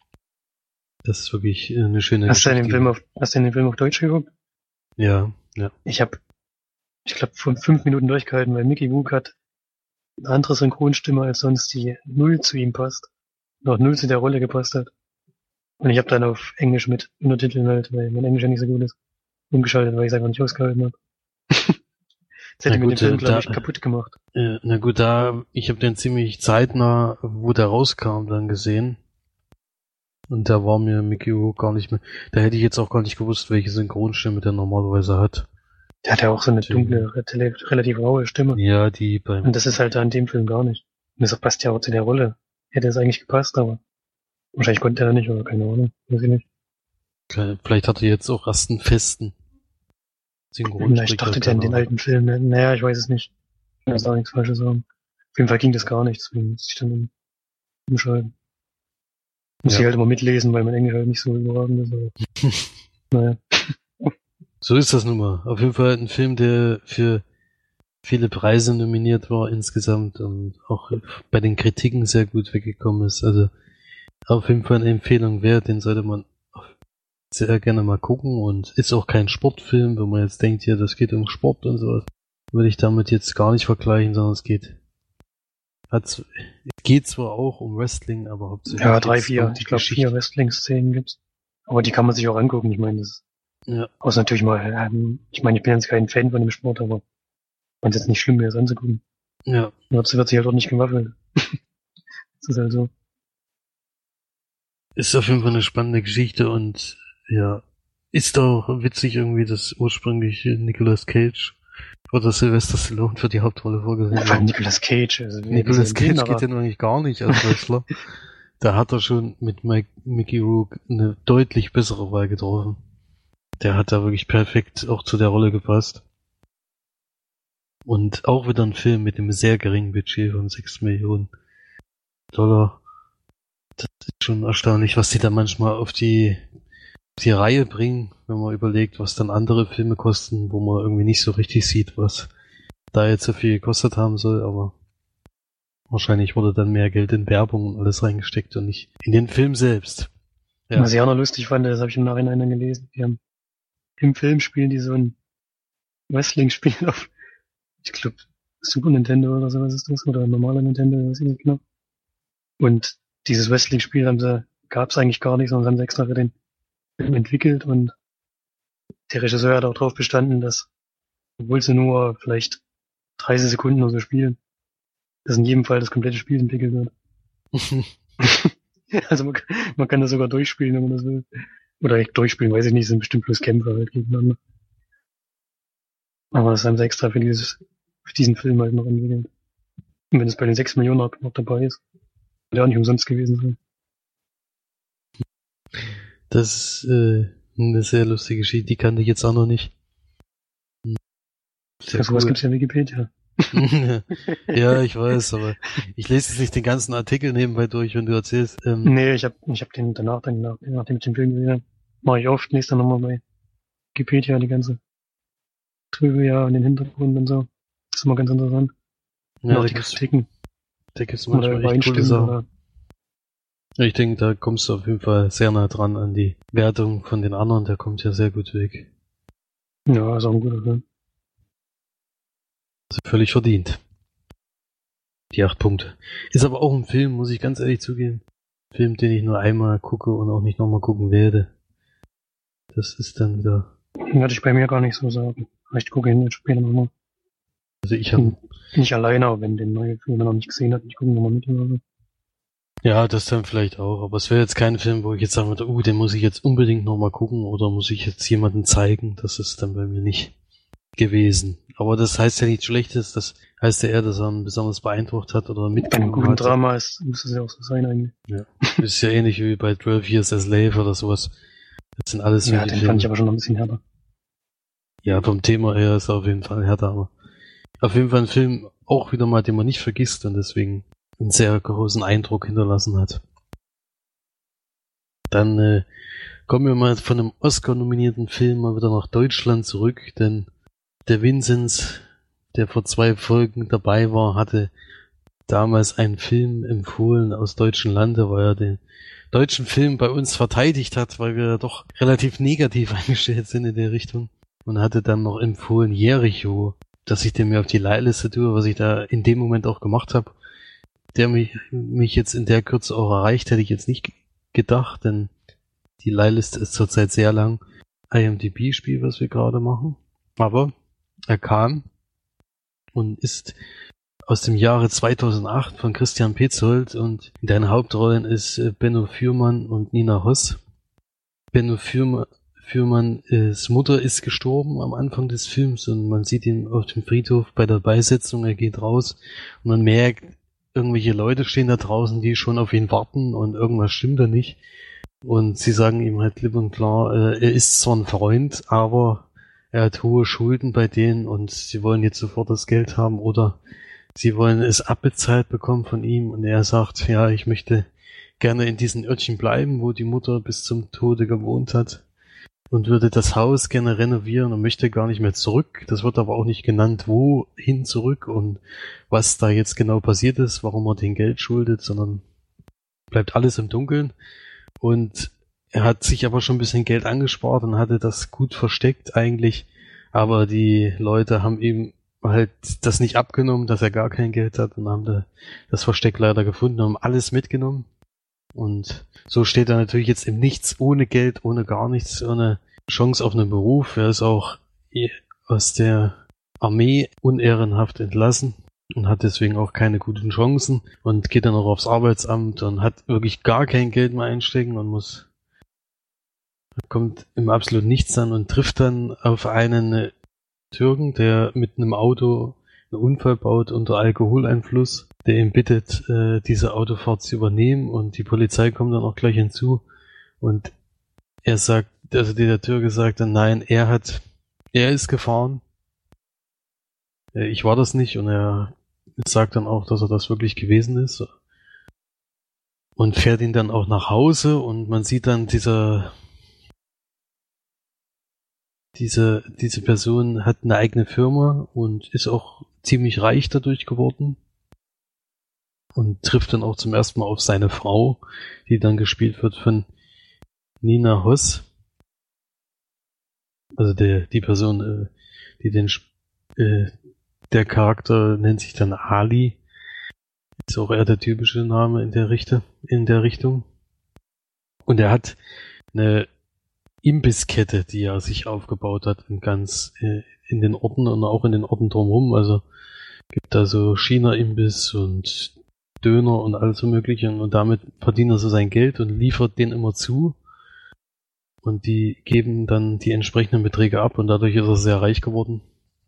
Das ist wirklich eine schöne Hast du den Film auf, hast du den Film auf Deutsch geguckt? Ja, ja. Ich habe, ich glaube, fünf Minuten durchgehalten, weil Mickey Rourke hat eine andere Synchronstimme als sonst, die null zu ihm passt. Noch null zu der Rolle gepasst hat. Und ich habe dann auf Englisch mit Untertiteln halt, weil mein Englisch ja nicht so gut ist, umgeschaltet, weil ich es einfach nicht ausgehalten habe. Das hätte mir den Film, glaube ich, kaputt gemacht. Ja, na gut, da, ich habe den ziemlich zeitnah, wo der rauskam, dann gesehen. Und da war mir Mickey Rourke gar nicht mehr, da hätte ich jetzt auch gar nicht gewusst, welche Synchronstimme der normalerweise hat. Der hat ja auch so eine dunkle, relativ raue Stimme. Ja, die beim... Und das ist halt da in dem Film gar nicht. Und das passt ja auch zu der Rolle. Hätte es eigentlich gepasst, aber wahrscheinlich konnte er nicht, oder keine Ahnung, weiß ich nicht. Vielleicht hat er jetzt auch erst einen festen Na, ich dachte an den alten Film. Naja, ich weiß es nicht. Ich kann jetzt auch nichts Falsches sagen. Auf jeden Fall ging das gar nicht, deswegen muss ich dann umschreiben. Muss ja. Ich halt immer mitlesen, weil mein Englisch halt nicht so überragend ist. Aber naja. So ist das nun mal. Auf jeden Fall ein Film, der für viele Preise nominiert war insgesamt und auch bei den Kritiken sehr gut weggekommen ist. Also auf jeden Fall eine Empfehlung wert, den sollte man sehr gerne mal gucken und ist auch kein Sportfilm, wenn man jetzt denkt, ja, das geht um Sport und sowas. Würde ich damit jetzt gar nicht vergleichen, sondern es geht hat, es geht zwar auch um Wrestling, aber hauptsächlich ja, drei, vier, ich glaube vier Wrestling-Szenen gibt's. Aber die kann man sich auch angucken, ich meine, das ja. Außer natürlich mal, ähm, ich meine, ich bin jetzt kein Fan von dem Sport, aber man ist jetzt nicht schlimm, mir das anzugucken. Ja. Dazu wird sich halt auch nicht gewaffelt. Das ist halt so. Ist auf jeden Fall eine spannende Geschichte und ja, ist auch witzig irgendwie, dass ursprünglich Nicolas Cage oder Sylvester Stallone für die Hauptrolle vorgesehen war. Ja, Nicolas Cage. Also Nicolas Cage Kinder, geht ja noch eigentlich gar nicht als Wrestler. Da hat er schon mit Mike, Mickey Rourke eine deutlich bessere Wahl getroffen. Der hat da wirklich perfekt auch zu der Rolle gepasst. Und auch wieder ein Film mit einem sehr geringen Budget von sechs Millionen Dollar. Das ist schon erstaunlich, was die da manchmal auf die, auf die Reihe bringen, wenn man überlegt, was dann andere Filme kosten, wo man irgendwie nicht so richtig sieht, was da jetzt so viel gekostet haben soll, aber wahrscheinlich wurde dann mehr Geld in Werbung und alles reingesteckt und nicht in den Film selbst. Ja. Was ich auch noch lustig fand, das habe ich im Nachhinein dann gelesen, die haben im Film spielen die so ein Wrestling-Spiel auf, ich glaube, Super Nintendo oder sowas ist das, oder normaler Nintendo, weiß ich nicht genau. Und dieses Wrestling-Spiel haben sie, gab's eigentlich gar nicht, sondern haben sie extra für den Film entwickelt und der Regisseur hat auch drauf bestanden, dass, obwohl sie nur vielleicht dreißig Sekunden oder so spielen, dass in jedem Fall das komplette Spiel entwickelt wird. Also man, man kann das sogar durchspielen, wenn man das will. Oder echt durchspielen, weiß ich nicht, sind bestimmt bloß Kämpfer halt gegeneinander. Aber das haben sie extra für dieses, für diesen Film halt noch entwickelt. Und wenn es bei den sechs Millionen noch dabei ist, wird ja auch nicht umsonst gewesen sein. Das ist äh, eine sehr lustige Geschichte, die kannte ich jetzt auch noch nicht. Sehr cool. Was gibt's ja in Wikipedia. Ja, ich weiß, aber ich lese jetzt nicht den ganzen Artikel nebenbei durch, wenn du erzählst. Ähm, nee, ich hab, ich hab den danach, dann, nach, nachdem ich den Film gesehen habe, mache ich oft, lese dann nochmal bei Wikipedia die ganze Trivia und den Hintergrund und so. Das ist immer ganz interessant. Ja, auch die Kritiken. Da gibt's manchmal echt coole Sachen. Ich denke, da kommst du auf jeden Fall sehr nah dran an die Wertung von den anderen, der kommt ja sehr gut weg. Ja, ist auch ein guter Film. Also völlig verdient. Die acht Punkte. Ist aber auch ein Film, muss ich ganz ehrlich zugeben. Ein Film, den ich nur einmal gucke und auch nicht nochmal gucken werde. Das ist dann wieder... Würde ich bei mir gar nicht so sagen. Ich gucke ihn jetzt später nochmal. Also ich habe... Nicht alleine, aber wenn den neuen Film noch nicht gesehen hat, ich gucke nochmal mit oder so. Ja, das dann vielleicht auch, aber es wäre jetzt kein Film, wo ich jetzt sagen würde, uh, den muss ich jetzt unbedingt nochmal gucken oder muss ich jetzt jemandem zeigen. Das ist dann bei mir nicht gewesen. Aber das heißt ja nichts Schlechtes, das heißt ja eher, dass er ihn besonders beeindruckt hat oder mitgenommen hat. Bei einem guten Drama ist, muss es ja auch so sein eigentlich. Ja. Ist ja ähnlich wie bei zwölf Years a Slave oder sowas. Das sind alles so ja, den Filme. Fand ich aber schon noch ein bisschen härter. Ja, vom Thema her ist er auf jeden Fall härter, aber auf jeden Fall ein Film auch wieder mal, den man nicht vergisst und deswegen einen sehr großen Eindruck hinterlassen hat. Dann äh, kommen wir mal von einem Oscar-nominierten Film mal wieder nach Deutschland zurück, denn der Vinzenz, der vor zwei Folgen dabei war, hatte damals einen Film empfohlen aus deutschen Lande, weil er den deutschen Film bei uns verteidigt hat, weil wir doch relativ negativ eingestellt sind in der Richtung. Und hatte dann noch empfohlen Jericho, dass ich den mir auf die Leihliste tue, was ich da in dem Moment auch gemacht habe. Der mich, mich jetzt in der Kürze auch erreicht, hätte ich jetzt nicht gedacht, denn die Leihliste ist zurzeit sehr lang. I M D B-Spiel, was wir gerade machen. Aber er kam und ist aus dem Jahre zweitausendacht von Christian Petzold und in den Hauptrollen ist Benno Fürmann und Nina Hoss. Benno Fürmann, Fürmanns Mutter ist gestorben am Anfang des Films und man sieht ihn auf dem Friedhof bei der Beisetzung, er geht raus und man merkt, irgendwelche Leute stehen da draußen, die schon auf ihn warten und irgendwas stimmt da nicht. Und sie sagen ihm halt klipp und klar, äh, er ist zwar ein Freund, aber er hat hohe Schulden bei denen und sie wollen jetzt sofort das Geld haben oder sie wollen es abbezahlt bekommen von ihm und er sagt, ja, ich möchte gerne in diesen Örtchen bleiben, wo die Mutter bis zum Tode gewohnt hat und würde das Haus gerne renovieren und möchte gar nicht mehr zurück. Das wird aber auch nicht genannt, wohin zurück und was da jetzt genau passiert ist, warum er den Geld schuldet, sondern bleibt alles im Dunkeln. Und er hat sich aber schon ein bisschen Geld angespart und hatte das gut versteckt eigentlich, aber die Leute haben ihm halt das nicht abgenommen, dass er gar kein Geld hat und haben da das Versteck leider gefunden und haben alles mitgenommen. Und so steht er natürlich jetzt im Nichts, ohne Geld, ohne gar nichts, ohne Chance auf einen Beruf. Er ist auch aus der Armee unehrenhaft entlassen und hat deswegen auch keine guten Chancen und geht dann auch aufs Arbeitsamt und hat wirklich gar kein Geld mehr einstecken und muss, kommt im absolut nichts an und trifft dann auf einen Türken, der mit einem Auto einen Unfall baut unter Alkoholeinfluss, der ihn bittet, äh, diese Autofahrt zu übernehmen und die Polizei kommt dann auch gleich hinzu und er sagt, also der Türke sagt dann, nein, er hat, er ist gefahren, äh, ich war das nicht und er sagt dann auch, dass er das wirklich gewesen ist und fährt ihn dann auch nach Hause und man sieht dann dieser diese diese Person hat eine eigene Firma und ist auch ziemlich reich dadurch geworden und trifft dann auch zum ersten Mal auf seine Frau, die dann gespielt wird von Nina Hoss. Also der die Person, äh, die den äh, der Charakter nennt sich dann Ali. Ist auch eher der typische Name in der Richte, in der Richtung. Und er hat eine Imbisskette, die er sich aufgebaut hat in ganz äh, in den Orten und auch in den Orten drumherum. Also gibt da so China-Imbiss und Döner und alles so mögliche und damit verdient er so sein Geld und liefert den immer zu und die geben dann die entsprechenden Beträge ab und dadurch ist er sehr reich geworden.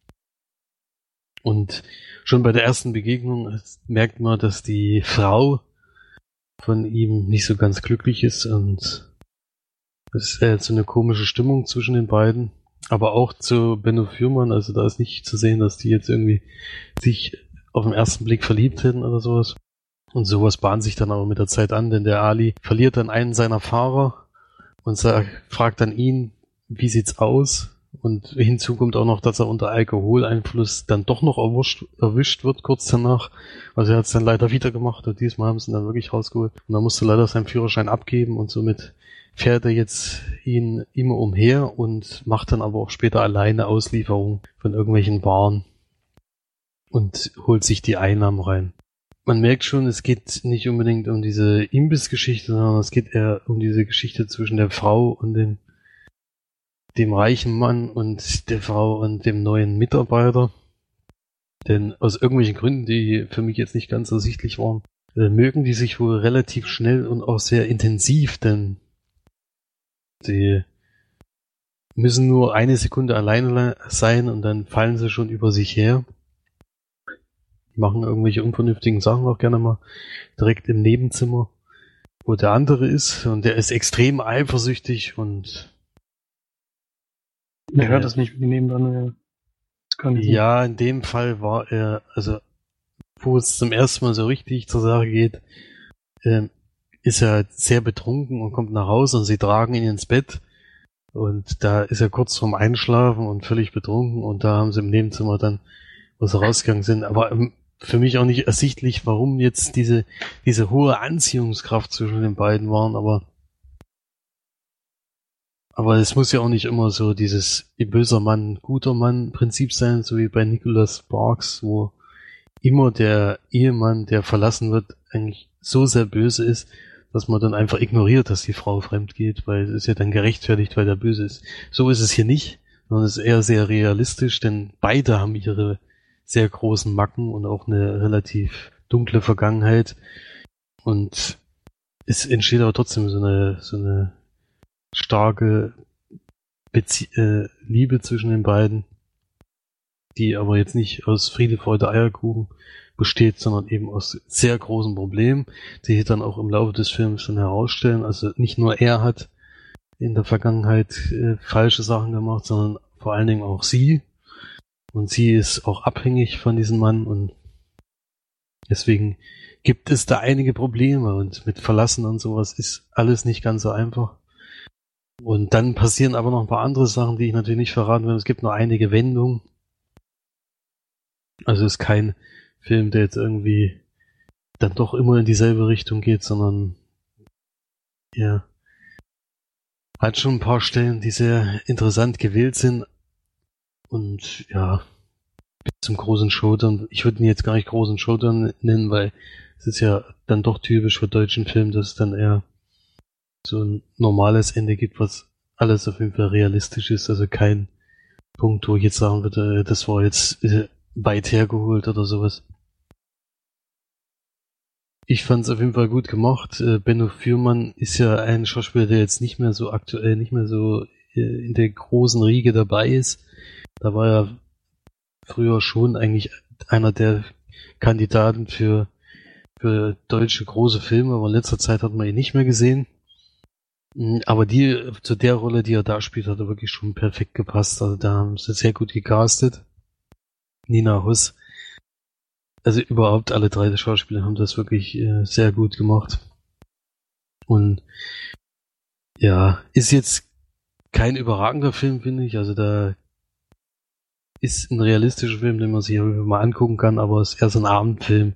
Und schon bei der ersten Begegnung merkt man, dass die Frau von ihm nicht so ganz glücklich ist und es ist jetzt so eine komische Stimmung zwischen den beiden. Aber auch zu Benno Fürmann, also da ist nicht zu sehen, dass die jetzt irgendwie sich auf den ersten Blick verliebt hätten oder sowas. Und sowas bahnt sich dann aber mit der Zeit an, denn der Ali verliert dann einen seiner Fahrer und sagt, fragt dann ihn, wie sieht's aus? Und hinzu kommt auch noch, dass er unter Alkoholeinfluss dann doch noch erwischt, erwischt wird kurz danach. Also er hat es dann leider wieder gemacht und diesmal haben sie ihn dann wirklich rausgeholt. Und dann musste leider seinen Führerschein abgeben und somit fährt er jetzt ihn immer umher und macht dann aber auch später alleine Auslieferung von irgendwelchen Waren und holt sich die Einnahmen rein. Man merkt schon, es geht nicht unbedingt um diese Imbissgeschichte, sondern es geht eher um diese Geschichte zwischen der Frau und dem, dem reichen Mann und der Frau und dem neuen Mitarbeiter. Denn aus irgendwelchen Gründen, die für mich jetzt nicht ganz ersichtlich waren, äh, mögen die sich wohl relativ schnell und auch sehr intensiv, denn sie müssen nur eine Sekunde alleine sein und dann fallen sie schon über sich her. Machen irgendwelche unvernünftigen Sachen auch gerne mal direkt im Nebenzimmer, wo der andere ist und der ist extrem eifersüchtig und er hört das nicht wie nebenan. Ja, in dem Fall war er, also wo es zum ersten Mal so richtig zur Sache geht, äh, ist er sehr betrunken und kommt nach Hause und sie tragen ihn ins Bett und da ist er kurz vorm Einschlafen und völlig betrunken und da haben sie im Nebenzimmer dann, wo sie rausgegangen sind, aber ähm, für mich auch nicht ersichtlich, warum jetzt diese diese hohe Anziehungskraft zwischen den beiden waren, aber aber es muss ja auch nicht immer so dieses böser Mann, guter Mann Prinzip sein, so wie bei Nicholas Sparks, wo immer der Ehemann, der verlassen wird, eigentlich so sehr böse ist, dass man dann einfach ignoriert, dass die Frau fremd geht, weil es ist ja dann gerechtfertigt, weil der böse ist. So ist es hier nicht, sondern es ist eher sehr realistisch, denn beide haben ihre sehr großen Macken und auch eine relativ dunkle Vergangenheit und es entsteht aber trotzdem so eine so eine starke Bezie- äh, Liebe zwischen den beiden, die aber jetzt nicht aus Friede, Freude, Eierkuchen besteht, sondern eben aus sehr großen Problemen, die sich dann auch im Laufe des Films schon herausstellen. Also nicht nur er hat in der Vergangenheit äh, falsche Sachen gemacht, sondern vor allen Dingen auch sie. Und sie ist auch abhängig von diesem Mann und deswegen gibt es da einige Probleme und mit Verlassen und sowas ist alles nicht ganz so einfach. Und dann passieren aber noch ein paar andere Sachen, die ich natürlich nicht verraten will. Es gibt nur einige Wendungen. Also es ist kein Film, der jetzt irgendwie dann doch immer in dieselbe Richtung geht, sondern ja, hat schon ein paar Stellen, die sehr interessant gewählt sind. Und ja, bis zum großen Showdown. Ich würde ihn jetzt gar nicht großen Showdown nennen, weil es ist ja dann doch typisch für deutschen Film, dass es dann eher so ein normales Ende gibt, was alles auf jeden Fall realistisch ist. Also kein Punkt, wo ich jetzt sagen würde, das war jetzt äh, weit hergeholt oder sowas. Ich fand es auf jeden Fall gut gemacht. Äh, Benno Fürmann ist ja ein Schauspieler, der jetzt nicht mehr so aktuell, nicht mehr so äh, in der großen Riege dabei ist. Da war er früher schon eigentlich einer der Kandidaten für, für deutsche große Filme, aber in letzter Zeit hat man ihn nicht mehr gesehen. Aber die, zu der Rolle, die er da spielt, hat er wirklich schon perfekt gepasst. Also da haben sie sehr gut gecastet. Nina Hoss. Also überhaupt alle drei Schauspieler haben das wirklich äh, sehr gut gemacht. Und ja, ist jetzt kein überragender Film, finde ich. Also da ist ein realistischer Film, den man sich mal angucken kann, aber es ist eher so ein Abendfilm,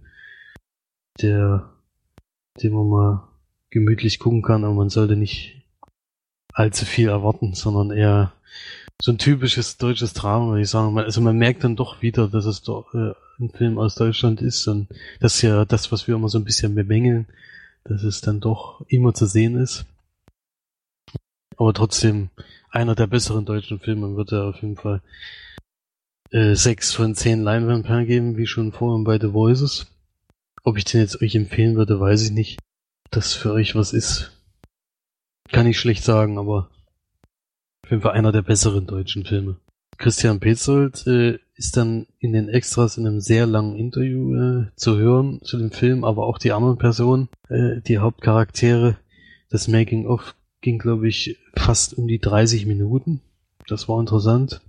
der, den man mal gemütlich gucken kann, aber man sollte nicht allzu viel erwarten, sondern eher so ein typisches deutsches Drama, würde ich sagen. Also man merkt dann doch wieder, dass es doch äh, ein Film aus Deutschland ist und das ist ja das, was wir immer so ein bisschen bemängeln, dass es dann doch immer zu sehen ist. Aber trotzdem einer der besseren deutschen Filme, wird er auf jeden Fall äh, sechs von zehn Leinwandperlen geben, wie schon vorhin bei The Voices. Ob ich den jetzt euch empfehlen würde, weiß ich nicht. Ob das für euch was ist, kann ich schlecht sagen, aber auf jeden Fall einer der besseren deutschen Filme. Christian Petzold äh, ist dann in den Extras in einem sehr langen Interview äh, zu hören zu dem Film, aber auch die anderen Personen, äh, die Hauptcharaktere. Das Making-of ging, glaube ich, fast um die dreißig Minuten. Das war interessant.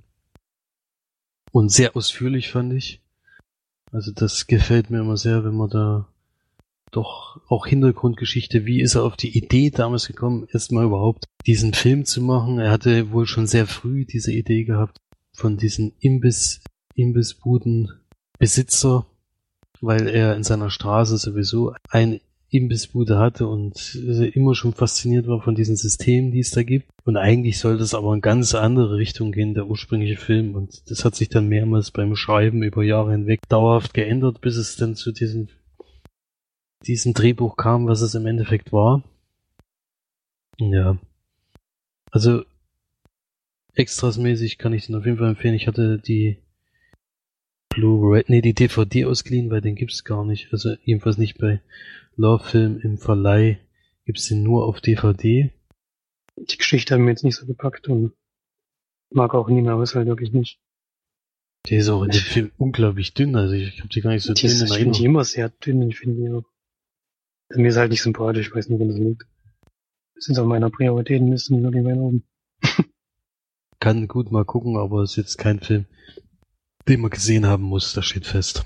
Und sehr ausführlich, fand ich. Also das gefällt mir immer sehr, wenn man da doch auch Hintergrundgeschichte, wie ist er auf die Idee damals gekommen, erstmal überhaupt diesen Film zu machen. Er hatte wohl schon sehr früh diese Idee gehabt von diesen Imbiss, Imbissbuden-Besitzer, weil er in seiner Straße sowieso eine Imbissbude hatte und immer schon fasziniert war von diesen Systemen, die es da gibt. Und eigentlich sollte es aber in ganz andere Richtung gehen, der ursprüngliche Film. Und das hat sich dann mehrmals beim Schreiben über Jahre hinweg dauerhaft geändert, bis es dann zu diesem, diesem Drehbuch kam, was es im Endeffekt war. Ja. Also, extrasmäßig kann ich den auf jeden Fall empfehlen. Ich hatte die Blu-ray, nee, die D V D ausgeliehen, weil den gibt's gar nicht. Also, jedenfalls nicht bei Love Film im Verleih. Gibt's den nur auf D V D. Die Geschichte hat mir jetzt nicht so gepackt und mag auch Nina Hoss halt wirklich nicht. Der ist auch in dem Film unglaublich dünn, also ich hab die gar nicht so die dünn ist, in ich finde Erinnerung. die immer sehr dünn, ich finde die auch. Mir ist halt nicht sympathisch, ich weiß nicht, woran das liegt. Das sind auf meiner Prioritätenliste wirklich weit oben. Kann gut mal gucken, aber es ist jetzt kein Film, den man gesehen haben muss, das steht fest.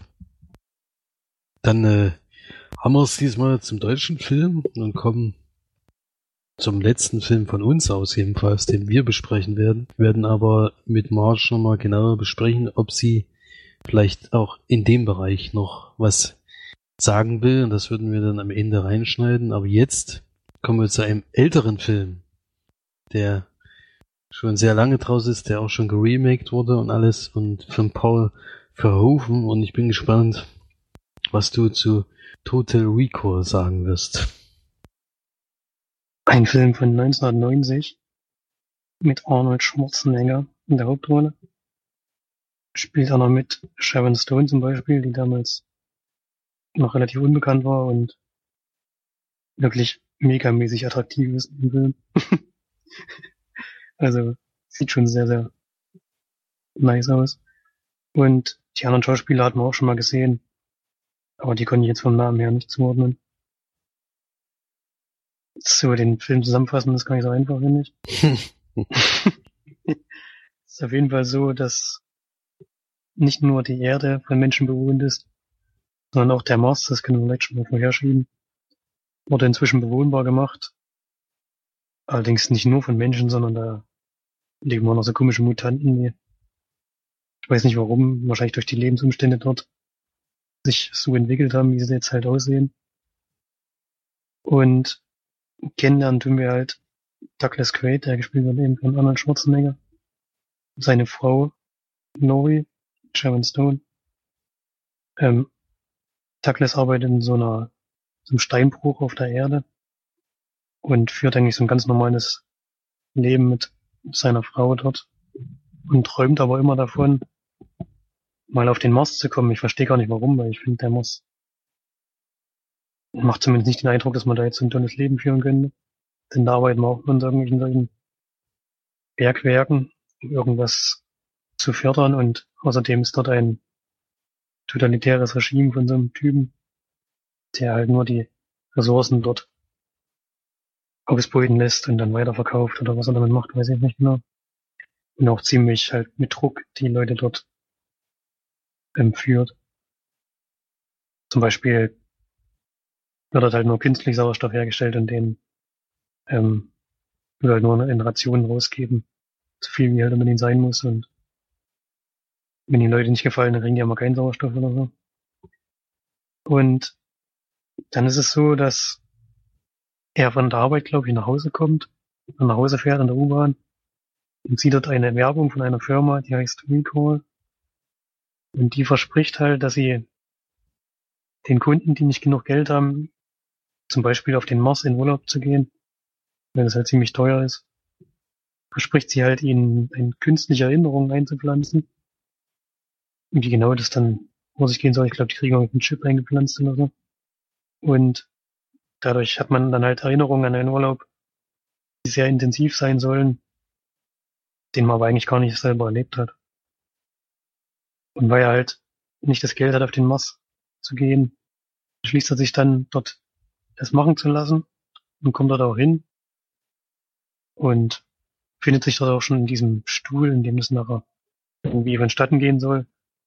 Dann äh, haben wir es diesmal zum deutschen Film und kommen zum letzten Film von uns aus jedenfalls, den wir besprechen werden. Wir werden aber mit Marge nochmal genauer besprechen, ob sie vielleicht auch in dem Bereich noch was sagen will und das würden wir dann am Ende reinschneiden. Aber jetzt kommen wir zu einem älteren Film, der schon sehr lange draus ist, der auch schon geremaked wurde und alles und von Paul Verhoeven und ich bin gespannt, was du zu Total Recall sagen wirst. Ein Film von neunzehnhundertneunzig mit Arnold Schwarzenegger in der Hauptrolle. Spielt auch noch mit Sharon Stone zum Beispiel, die damals noch relativ unbekannt war und wirklich megamäßig attraktiv ist im Film. Also sieht schon sehr, sehr nice aus. Und die anderen Schauspieler hatten wir auch schon mal gesehen, aber die konnte ich jetzt vom Namen her nicht zuordnen. So, den Film zusammenfassen, das ist gar nicht so einfach, finde ich. Es ist auf jeden Fall so, dass nicht nur die Erde von Menschen bewohnt ist, sondern auch der Mars, das können wir vielleicht schon mal vorherschieben, wurde inzwischen bewohnbar gemacht. Allerdings nicht nur von Menschen, sondern da leben auch noch so komische Mutanten, die, ich weiß nicht warum, wahrscheinlich durch die Lebensumstände dort sich so entwickelt haben, wie sie jetzt halt aussehen. Und kennenlernen tun wir halt Douglas Quaid, der gespielt wird eben von Arnold Schwarzenegger, seine Frau Lori, Sharon Stone. Ähm, Douglas arbeitet in so einer so einem Steinbruch auf der Erde und führt eigentlich so ein ganz normales Leben mit seiner Frau dort und träumt aber immer davon, mal auf den Mars zu kommen. Ich verstehe gar nicht warum, weil ich finde, der Mars macht zumindest nicht den Eindruck, dass man da jetzt so ein tolles Leben führen könnte. Denn da arbeiten wir auch an irgendwelchen solchen Bergwerken, um irgendwas zu fördern, und außerdem ist dort ein totalitäres Regime von so einem Typen, der halt nur die Ressourcen dort ausbeuten lässt und dann weiterverkauft, oder was er damit macht, weiß ich nicht genau. Und auch ziemlich halt mit Druck die Leute dort ähm, führt. Zum Beispiel wird dort halt nur künstlich Sauerstoff hergestellt und den ähm, wird halt nur in Rationen rausgeben. So viel wie halt unbedingt sein muss, und wenn die Leute nicht gefallen, dann kriegen die aber keinen Sauerstoff oder so. Und dann ist es so, dass er von der Arbeit, glaube ich, nach Hause kommt, und nach Hause fährt in der U-Bahn und sieht dort eine Werbung von einer Firma, die heißt Recall. Und die verspricht halt, dass sie den Kunden, die nicht genug Geld haben, zum Beispiel auf den Mars in Urlaub zu gehen, weil das halt ziemlich teuer ist, verspricht sie halt, ihnen eine künstliche Erinnerung einzupflanzen. Und wie genau das dann vor sich gehen soll, ich glaube, die kriegen auch einen Chip eingepflanzt oder so. Und dadurch hat man dann halt Erinnerungen an einen Urlaub, die sehr intensiv sein sollen, den man aber eigentlich gar nicht selber erlebt hat. Und weil er halt nicht das Geld hat, auf den Mars zu gehen, schließt er sich dann dort das machen zu lassen und kommt dort auch hin und findet sich dort auch schon in diesem Stuhl, in dem es nachher irgendwie vonstatten gehen soll.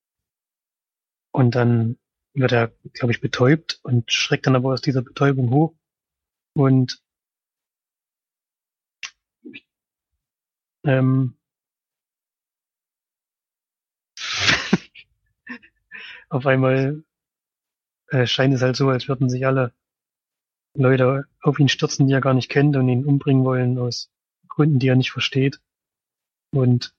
Und dann wird er, glaube ich, betäubt und schreckt dann aber aus dieser Betäubung hoch und ähm, auf einmal äh, scheint es halt so, als würden sich alle Leute auf ihn stürzen, die er gar nicht kennt, und ihn umbringen wollen aus Gründen, die er nicht versteht. Und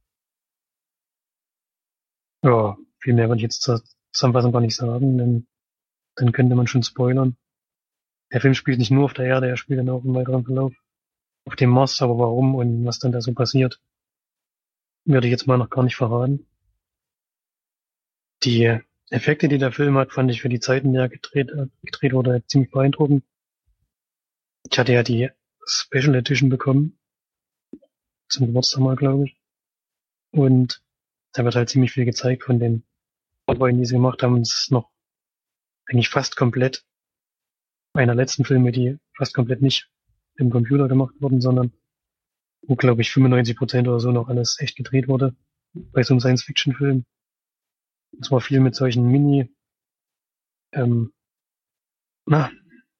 ja, viel mehr würde ich jetzt zur Zusammenfassung gar nicht sagen, denn dann könnte man schon spoilern. Der Film spielt nicht nur auf der Erde, er spielt dann auch im weiteren Verlauf auf dem Mars, aber warum und was dann da so passiert, würde ich jetzt mal noch gar nicht verraten. Die Effekte, die der Film hat, fand ich für die Zeiten, in der er gedreht, gedreht wurde, ziemlich beeindruckend. Ich hatte ja die Special Edition bekommen, zum Geburtstag mal, glaube ich. Und da wird halt ziemlich viel gezeigt von den Arbeiten, die sie gemacht haben. Und es ist noch eigentlich fast komplett einer letzten Filme, die fast komplett nicht im Computer gemacht wurden, sondern wo, glaube ich, fünfundneunzig Prozent oder so noch alles echt gedreht wurde bei so einem Science-Fiction-Film. Es war viel mit solchen Mini, ähm, na,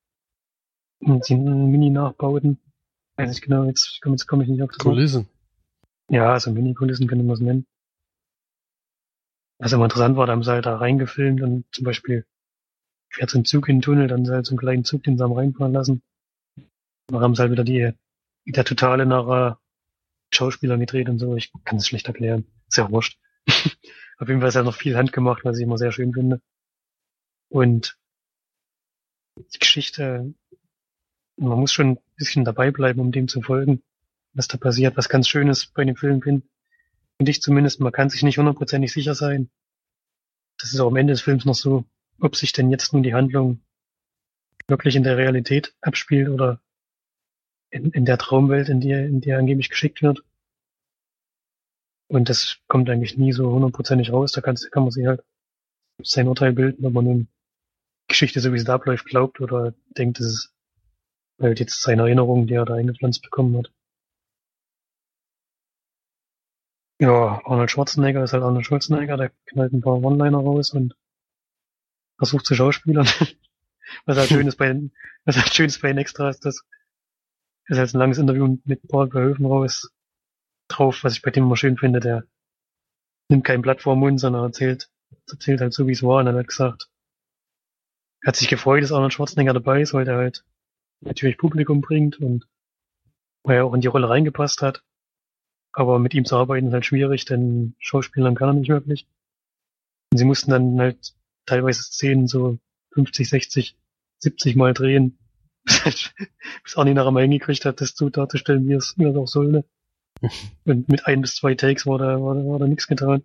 Mini-Nachbauten. Weiß ich genau, jetzt komme jetzt komm ich nicht auf das Wort. Kulissen. Ja, so Mini-Kulissen könnte man es nennen. Was immer interessant war, da haben sie halt da reingefilmt und zum Beispiel fährt so ein Zug in den Tunnel, dann sie halt so einen kleinen Zug, den sie haben reinfahren lassen. Dann haben sie halt wieder die, der Totale nach äh, Schauspielern gedreht und so. Ich kann es schlecht erklären. Ist ja wurscht. Auf jeden Fall ist ja noch viel handgemacht, was ich immer sehr schön finde. Und die Geschichte, man muss schon ein bisschen dabei bleiben, um dem zu folgen, was da passiert. Was ganz Schönes bei dem Film finde, finde ich zumindest, man kann sich nicht hundertprozentig sicher sein. Das ist auch am Ende des Films noch so, ob sich denn jetzt nun die Handlung wirklich in der Realität abspielt oder in, in der Traumwelt, in die, in die er angeblich geschickt wird. Und das kommt eigentlich nie so hundertprozentig raus. Da kann, kann man sich halt sein Urteil bilden, ob man nun Geschichte, so wie sie da abläuft, glaubt oder denkt, das ist halt jetzt seine Erinnerung, die er da eingepflanzt bekommen hat. Ja, Arnold Schwarzenegger ist halt Arnold Schwarzenegger, der knallt ein paar One-Liner raus und versucht zu schauspielern. Was halt schön ist bei den, was halt schön ist bei den Extras, das ist halt ein langes Interview mit Paul Verhoeven raus drauf, was ich bei dem immer schön finde, der nimmt kein Blatt vor den Mund, sondern erzählt, erzählt halt so, wie es war, und dann hat gesagt, er hat sich gefreut, dass Arnold Schwarzenegger dabei ist, weil der halt natürlich Publikum bringt und weil er auch in die Rolle reingepasst hat. Aber mit ihm zu arbeiten ist halt schwierig, denn Schauspielern kann er nicht wirklich. Und sie mussten dann halt teilweise Szenen so fünfzig, sechzig, siebzig Mal drehen, bis Arnie nachher mal hingekriegt hat, das so darzustellen, wie es, wie es auch soll, ne? Und mit ein bis zwei Takes war da, war da, war da nichts getan.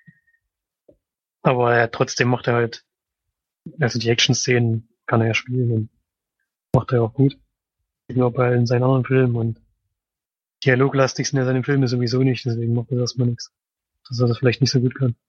Aber ja, trotzdem macht er halt, also die Action-Szenen kann er ja spielen und macht er auch gut. Wie auch bei in seinen anderen Filmen, und dialoglastig sind ja seine Filme sowieso nicht, deswegen macht das erstmal nichts, dass er das vielleicht nicht so gut kann.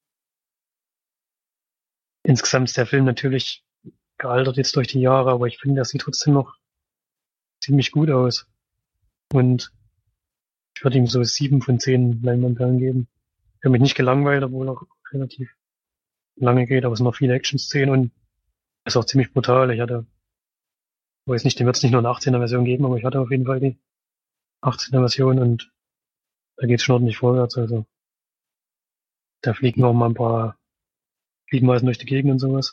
Insgesamt ist der Film natürlich gealtert jetzt durch die Jahre, aber ich finde, der sieht trotzdem noch ziemlich gut aus. Und ich würde ihm so sieben von zehn Leinwandperlen geben. Ich habe mich nicht gelangweilt, obwohl er relativ lange geht, aber es sind noch viele Action-Szenen und ist auch ziemlich brutal. Ich hatte, ich weiß nicht, dem wird es nicht nur eine achtzehner-Version geben, aber ich hatte auf jeden Fall die achtzehner-Version und da geht's schon ordentlich vorwärts. Also da fliegen auch mal ein paar Gliedmaßen durch die Gegend und sowas.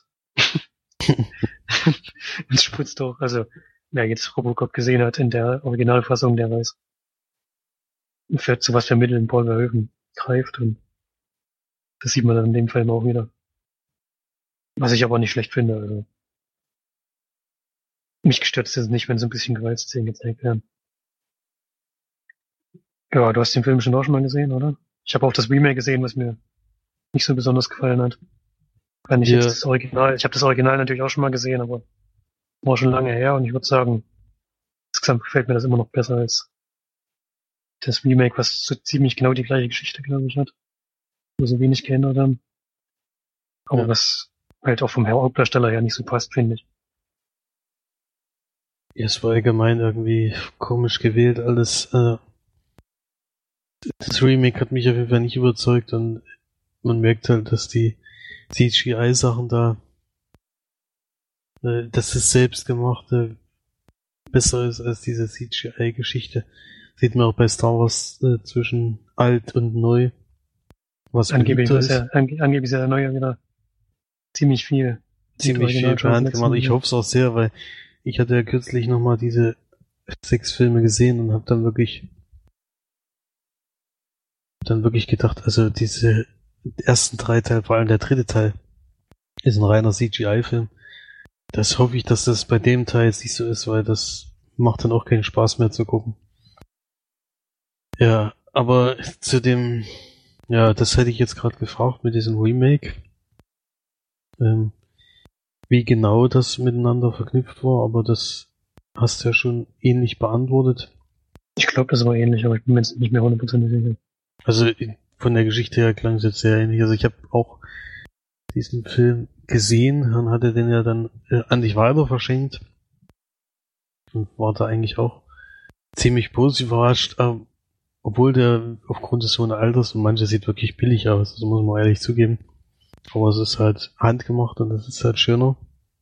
Es spritzt doch. Also wer jetzt Robocop gesehen hat in der Originalfassung, der weiß, für zu was für Mitteln Paul Verhoeven greift, und das sieht man dann in dem Film auch wieder. Was ich aber nicht schlecht finde. Also mich gestört ist es nicht, wenn so ein bisschen Gewaltszenen gezeigt werden. Ja, du hast den Film schon auch schon mal gesehen, oder? Ich habe auch das Remake gesehen, was mir nicht so besonders gefallen hat. Kann ich Ja. jetzt das Original, ich habe das Original natürlich auch schon mal gesehen, aber war schon lange her, und ich würde sagen, insgesamt gefällt mir das immer noch besser als das Remake, was so ziemlich genau die gleiche Geschichte, glaube ich, hat. Wo so wenig geändert haben. Aber Ja. was halt auch vom Hauptdarsteller her nicht so passt, finde ich. Ja, es war allgemein irgendwie komisch gewählt alles. Äh, das Remake hat mich auf jeden Fall nicht überzeugt, und man merkt halt, dass die C G I-Sachen da, äh, dass das Selbstgemachte besser ist als diese C G I-Geschichte. Sieht man auch bei Star Wars äh, zwischen alt und neu. Was Angeblich beliebter ist ja, ange, angeblich ist ja der neue wieder ziemlich viel. ziemlich viel per Hand gemacht. Ich hoffe es auch sehr, weil ich hatte ja kürzlich nochmal diese sechs Filme gesehen und habe dann wirklich dann wirklich gedacht, also diese ersten drei Teile, vor allem der dritte Teil, ist ein reiner C G I-Film. Das hoffe ich, dass das bei dem Teil jetzt nicht so ist, weil das macht dann auch keinen Spaß mehr zu gucken. Ja, aber zu dem, ja, das hätte ich jetzt gerade gefragt mit diesem Remake, ähm, wie genau das miteinander verknüpft war, aber das hast du ja schon ähnlich beantwortet. Ich glaube, das war ähnlich, aber ich bin mir jetzt nicht mehr hundertprozentig sicher. Also von der Geschichte her klang es jetzt sehr ähnlich. Also ich habe auch diesen Film gesehen und hatte den ja dann äh, an dich weiter verschenkt und war da eigentlich auch ziemlich positiv überrascht, äh, obwohl der aufgrund des hohen Alters, und manche sieht wirklich billig aus, also muss man ehrlich zugeben, aber es ist halt handgemacht und es ist halt schöner.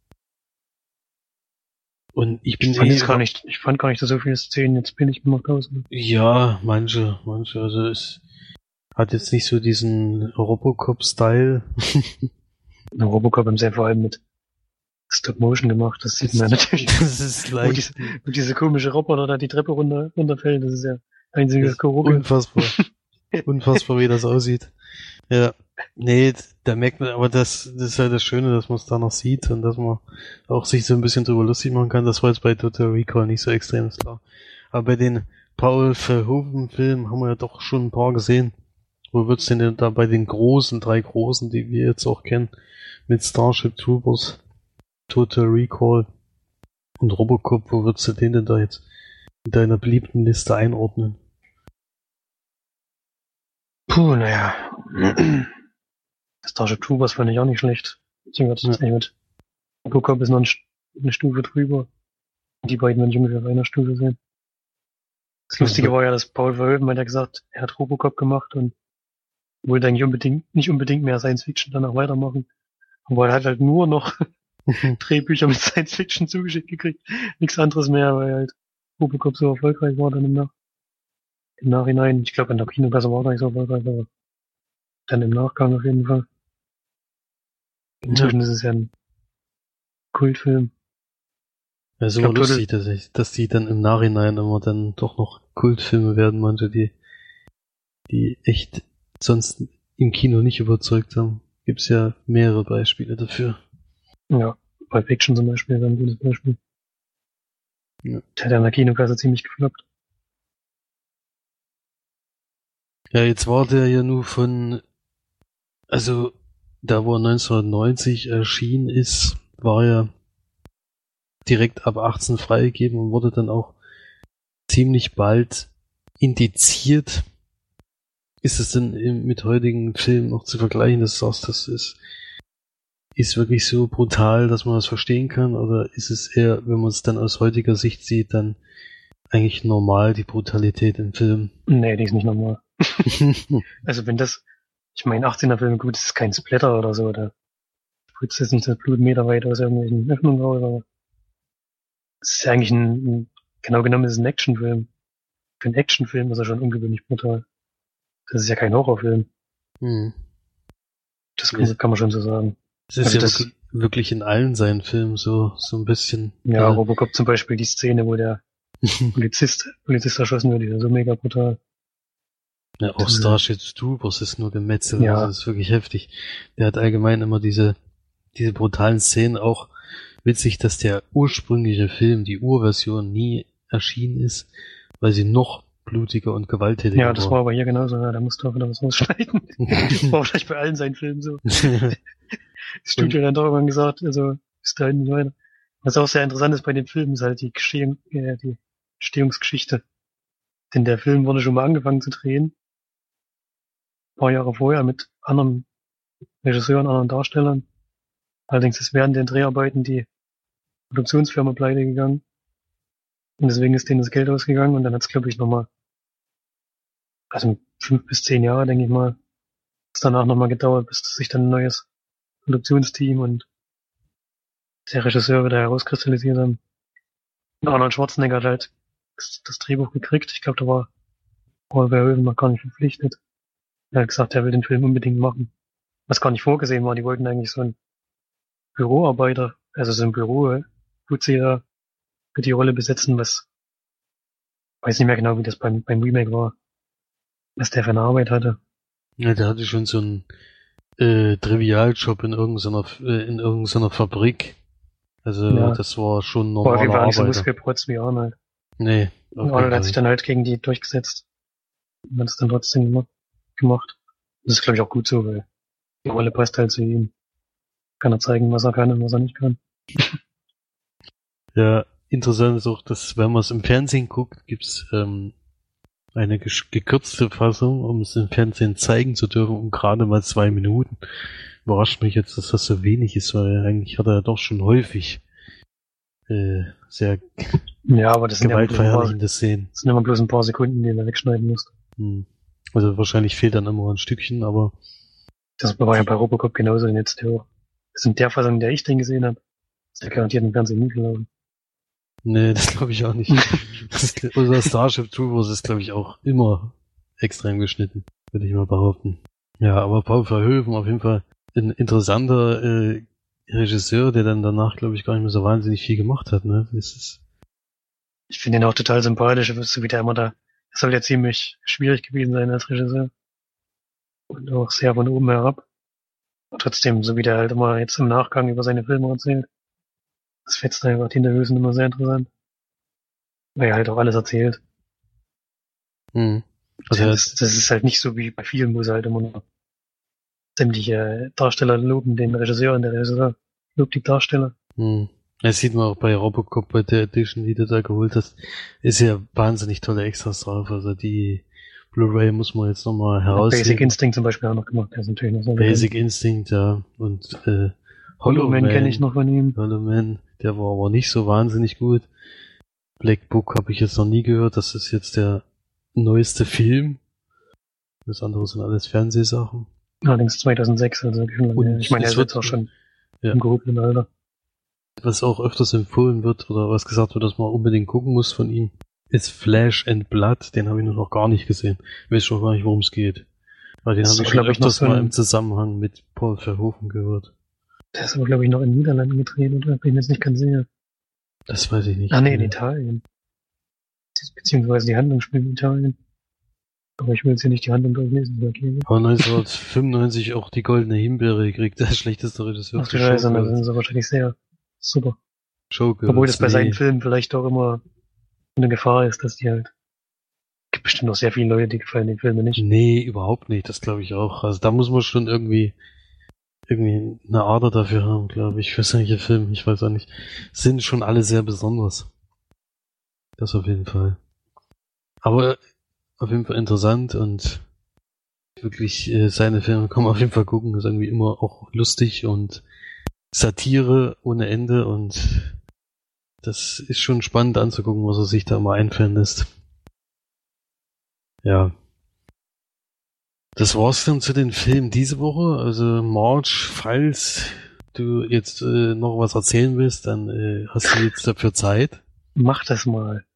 Und ich bin Ich fand, eh jetzt gar nicht, ich fand gar nicht, dass so viele Szenen jetzt billig gemacht aus. ja, manche, manche, also es hat jetzt nicht so diesen Robocop-Style. Der Robocop haben sie ja vor allem mit Stop Motion gemacht, das sieht man natürlich. Das ist Wo leicht. diese, wo diese komische Roboter da die Treppe runter, runterfällt, das ist ja einziges Das ist Geruckel. unfassbar. Unfassbar, wie das aussieht. Ja, nee, da merkt man, aber das, das ist halt das Schöne, dass man es da noch sieht und dass man auch sich so ein bisschen drüber lustig machen kann. Das war jetzt bei Total Recall nicht so extrem, ist klar. Aber bei den Paul Verhoeven-Filmen haben wir ja doch schon ein paar gesehen. Wo wird's denn, denn da bei den großen, drei großen, die wir jetzt auch kennen, mit Starship Troopers, Total Recall und Robocop, wo würdest du den denn da jetzt in deiner beliebten Liste einordnen? Puh, naja. Starship Troopers fand ich auch nicht schlecht. Deswegen würde ich jetzt Ja. nicht mit Robocop ist noch ein, eine Stufe drüber. Die beiden würde ich ungefähr auf einer Stufe sehen. Das Lustige war ja, dass Paul Verhoeven hat ja gesagt, er hat Robocop gemacht und wollte eigentlich unbedingt, nicht unbedingt mehr Science Fiction danach weitermachen. Aber er hat halt nur noch Drehbücher mit Science Fiction zugeschickt gekriegt. Nichts anderes mehr, weil halt Robocop so erfolgreich war dann im, Nach im Nachhinein. Ich glaube, in der Kinokasse war er nicht so erfolgreich, aber dann im Nachgang auf jeden Fall. Inzwischen ja. Ist es ja ein Kultfilm. Ja, ist immer lustig, dass, ich, dass die dann im Nachhinein immer dann doch noch Kultfilme werden, manche, die, die echt sonst im Kino nicht überzeugt haben. Gibt's ja mehrere Beispiele dafür. Ja, bei Fiction zum Beispiel wäre ein gutes Beispiel. Ja. Der hat ja in der Kinokasse ziemlich gefloppt. Ja, jetzt war der ja nur von, also da wo er neunzehnhundertneunzig erschienen ist, war er direkt ab achtzehn freigegeben und wurde dann auch ziemlich bald indiziert. Ist es denn mit heutigen Filmen noch zu vergleichen, dass du sagst, das ist, ist wirklich so brutal, dass man das verstehen kann? Oder ist es eher, wenn man es dann aus heutiger Sicht sieht, dann eigentlich normal, die Brutalität im Film? Nee, die ist nicht normal. Also wenn das, ich meine, achtzehner Film, gut, das ist kein Splatter oder so, da spritzt jetzt nicht das Blut meterweit aus irgendwelchen Öffnungen raus, aber es ist ja eigentlich ein, ein, genau genommen ist es ein Actionfilm. Für einen Actionfilm ist er schon ungewöhnlich brutal. Das ist ja kein Horrorfilm. Hm. Das kann, kann man schon so sagen. Es ist also ja das, wirklich, wirklich in allen seinen Filmen so, so ein bisschen. Ja, äh, Robocop zum Beispiel, die Szene, wo der Polizist, Polizist erschossen wird, die ist ja so mega brutal. Ja, auch Starship Troopers ist nur gemetzelt, ja. Also das ist wirklich heftig. Der hat allgemein immer diese, diese brutalen Szenen, auch witzig, dass der ursprüngliche Film, die Urversion, nie erschienen ist, weil sie noch blutiger und gewalttätiger war. Ja, das war aber hier genauso, ja, da musste er wieder was rausschneiden. Das war vielleicht bei allen seinen Filmen so. Das Studio hat dann doch irgendwann gesagt, also bis dahin nicht weiter. Was auch sehr interessant ist bei dem Film, ist halt die Gestehung, äh, die Entstehungsgeschichte. Denn der Film wurde schon mal angefangen zu drehen. Ein paar Jahre vorher mit anderen Regisseuren, anderen Darstellern. Allerdings ist während den Dreharbeiten die Produktionsfirma pleite gegangen. Und deswegen ist denen das Geld ausgegangen und dann hat es, glaube ich, nochmal, also fünf bis zehn Jahre, denke ich mal, es danach nochmal gedauert, bis sich dann ein neues Produktionsteam und der Regisseur wieder herauskristallisiert haben. Und Arnold Schwarzenegger hat halt das, das Drehbuch gekriegt. Ich glaube, da war Paul Verhoeven noch gar nicht verpflichtet. Er hat gesagt, er will den Film unbedingt machen. Was gar nicht vorgesehen war, die wollten eigentlich so einen Büroarbeiter, also so ein Büro, Fuzzi für die Rolle besetzen, was, weiß nicht mehr genau, wie das beim, beim Remake war, was der für eine Arbeit hatte. Ja, der hatte schon so einen äh, Trivialjob in irgendeiner, äh, in irgendeiner Fabrik. Also, ja. Das war schon normaler Arbeiter. War auf jeden Fall nicht so Muskelprotz wie Arnold. Nee. Und Arnold hat sich dann halt gegen die durchgesetzt. Und hat es dann trotzdem gemacht. Das ist, glaube ich, auch gut so, weil die Rolle passt halt zu ihm. Kann er zeigen, was er kann und was er nicht kann. Ja, interessant ist auch, dass, wenn man es im Fernsehen guckt, gibt's ähm, eine gekürzte Fassung, um es im Fernsehen zeigen zu dürfen, um gerade mal zwei Minuten. Überrascht mich jetzt, dass das so wenig ist, weil eigentlich hat er ja doch schon häufig äh, sehr ja, aber das gewaltverherrlichende Szenen. Das sind immer bloß ein paar Sekunden, die er wegschneiden muss. Hm. Also wahrscheinlich fehlt dann immer ein Stückchen, aber das war ja bei Robocop genauso jetzt auch. Das ist in der Fassung, in der ich den gesehen habe, ist der garantiert im Fernsehen nie gelaufen. Nee, das glaube ich auch nicht. Unser Starship Troopers ist, glaube ich, auch immer extrem geschnitten, würde ich mal behaupten. Ja, aber Paul Verhoeven auf jeden Fall ein interessanter äh, Regisseur, der dann danach, glaube ich, gar nicht mehr so wahnsinnig viel gemacht hat. Ne, das ist ich finde ihn auch total sympathisch, so wie der immer da. Das soll ja ziemlich schwierig gewesen sein als Regisseur. Und auch sehr von oben herab. Und trotzdem, so wie der halt immer jetzt im Nachgang über seine Filme erzählt. Das fetzt einfach die Interviews immer sehr interessant. Weil er halt auch alles erzählt. Hm. Also das, das ist halt nicht so wie bei vielen, wo sie halt immer nur sämtliche Darsteller loben den Regisseur und der Regisseur lobt die Darsteller. Hm. Das sieht man auch bei Robocop, bei der Edition, die du da geholt hast, ist ja wahnsinnig tolle Extras drauf. Also die Blu-ray muss man jetzt nochmal herausheben. Basic Instinct zum Beispiel auch noch gemacht. Der ist natürlich noch so Basic bekannt. Instinct, ja. Und äh, Hollow Man kenne ich noch von ihm. Hollow Man, der war aber nicht so wahnsinnig gut. Black Book habe ich jetzt noch nie gehört. Das ist jetzt der neueste Film. Das andere sind alles Fernsehsachen. Allerdings zweitausendsechs, also Und ich meine, er es ist wird- jetzt auch schon ja. im gehobenen Alter. Was auch öfters empfohlen wird oder was gesagt wird, dass man unbedingt gucken muss von ihm, ist Flesh and Blood. Den habe ich noch gar nicht gesehen. Ich weiß schon gar nicht, worum es geht. Weil den Das habe ich ist, schon glaub ich, noch öfters so ein- mal im Zusammenhang mit Paul Verhoeven gehört. Der ist aber, glaube ich, noch in den Niederlanden gedreht, oder? Bin ich mir jetzt nicht ganz sicher. Das weiß ich nicht. Ah, nee, in mehr. Italien. Beziehungsweise die Handlung spielt in Italien. Aber ich will jetzt hier nicht die Handlung durchlesen. Okay. Aber neunzehnhundertfünfundneunzig auch die Goldene Himbeere gekriegt. Der schlechteste Regisseur. Ach du Scheiße, dann sind sie wahrscheinlich sehr super. Showgirls, Obwohl das bei nee. seinen Filmen vielleicht auch immer eine Gefahr ist, dass die halt... Es gibt bestimmt noch sehr viele Leute, die gefallen den Filmen nicht. Nee, überhaupt nicht. Das glaube ich auch. Also da muss man schon irgendwie irgendwie eine Ader dafür haben, glaube ich, für solche Filme. Ich weiß auch nicht. Sind schon alle sehr besonders. Das auf jeden Fall. Aber auf jeden Fall interessant und wirklich äh, seine Filme kann man auf jeden Fall gucken. Das ist irgendwie immer auch lustig und Satire ohne Ende und das ist schon spannend anzugucken, was er sich da mal einfallen lässt. Ja. Das war's dann zu den Filmen diese Woche. Also Marge, falls du jetzt äh, noch was erzählen willst, dann äh, hast du jetzt dafür Zeit. Mach das mal.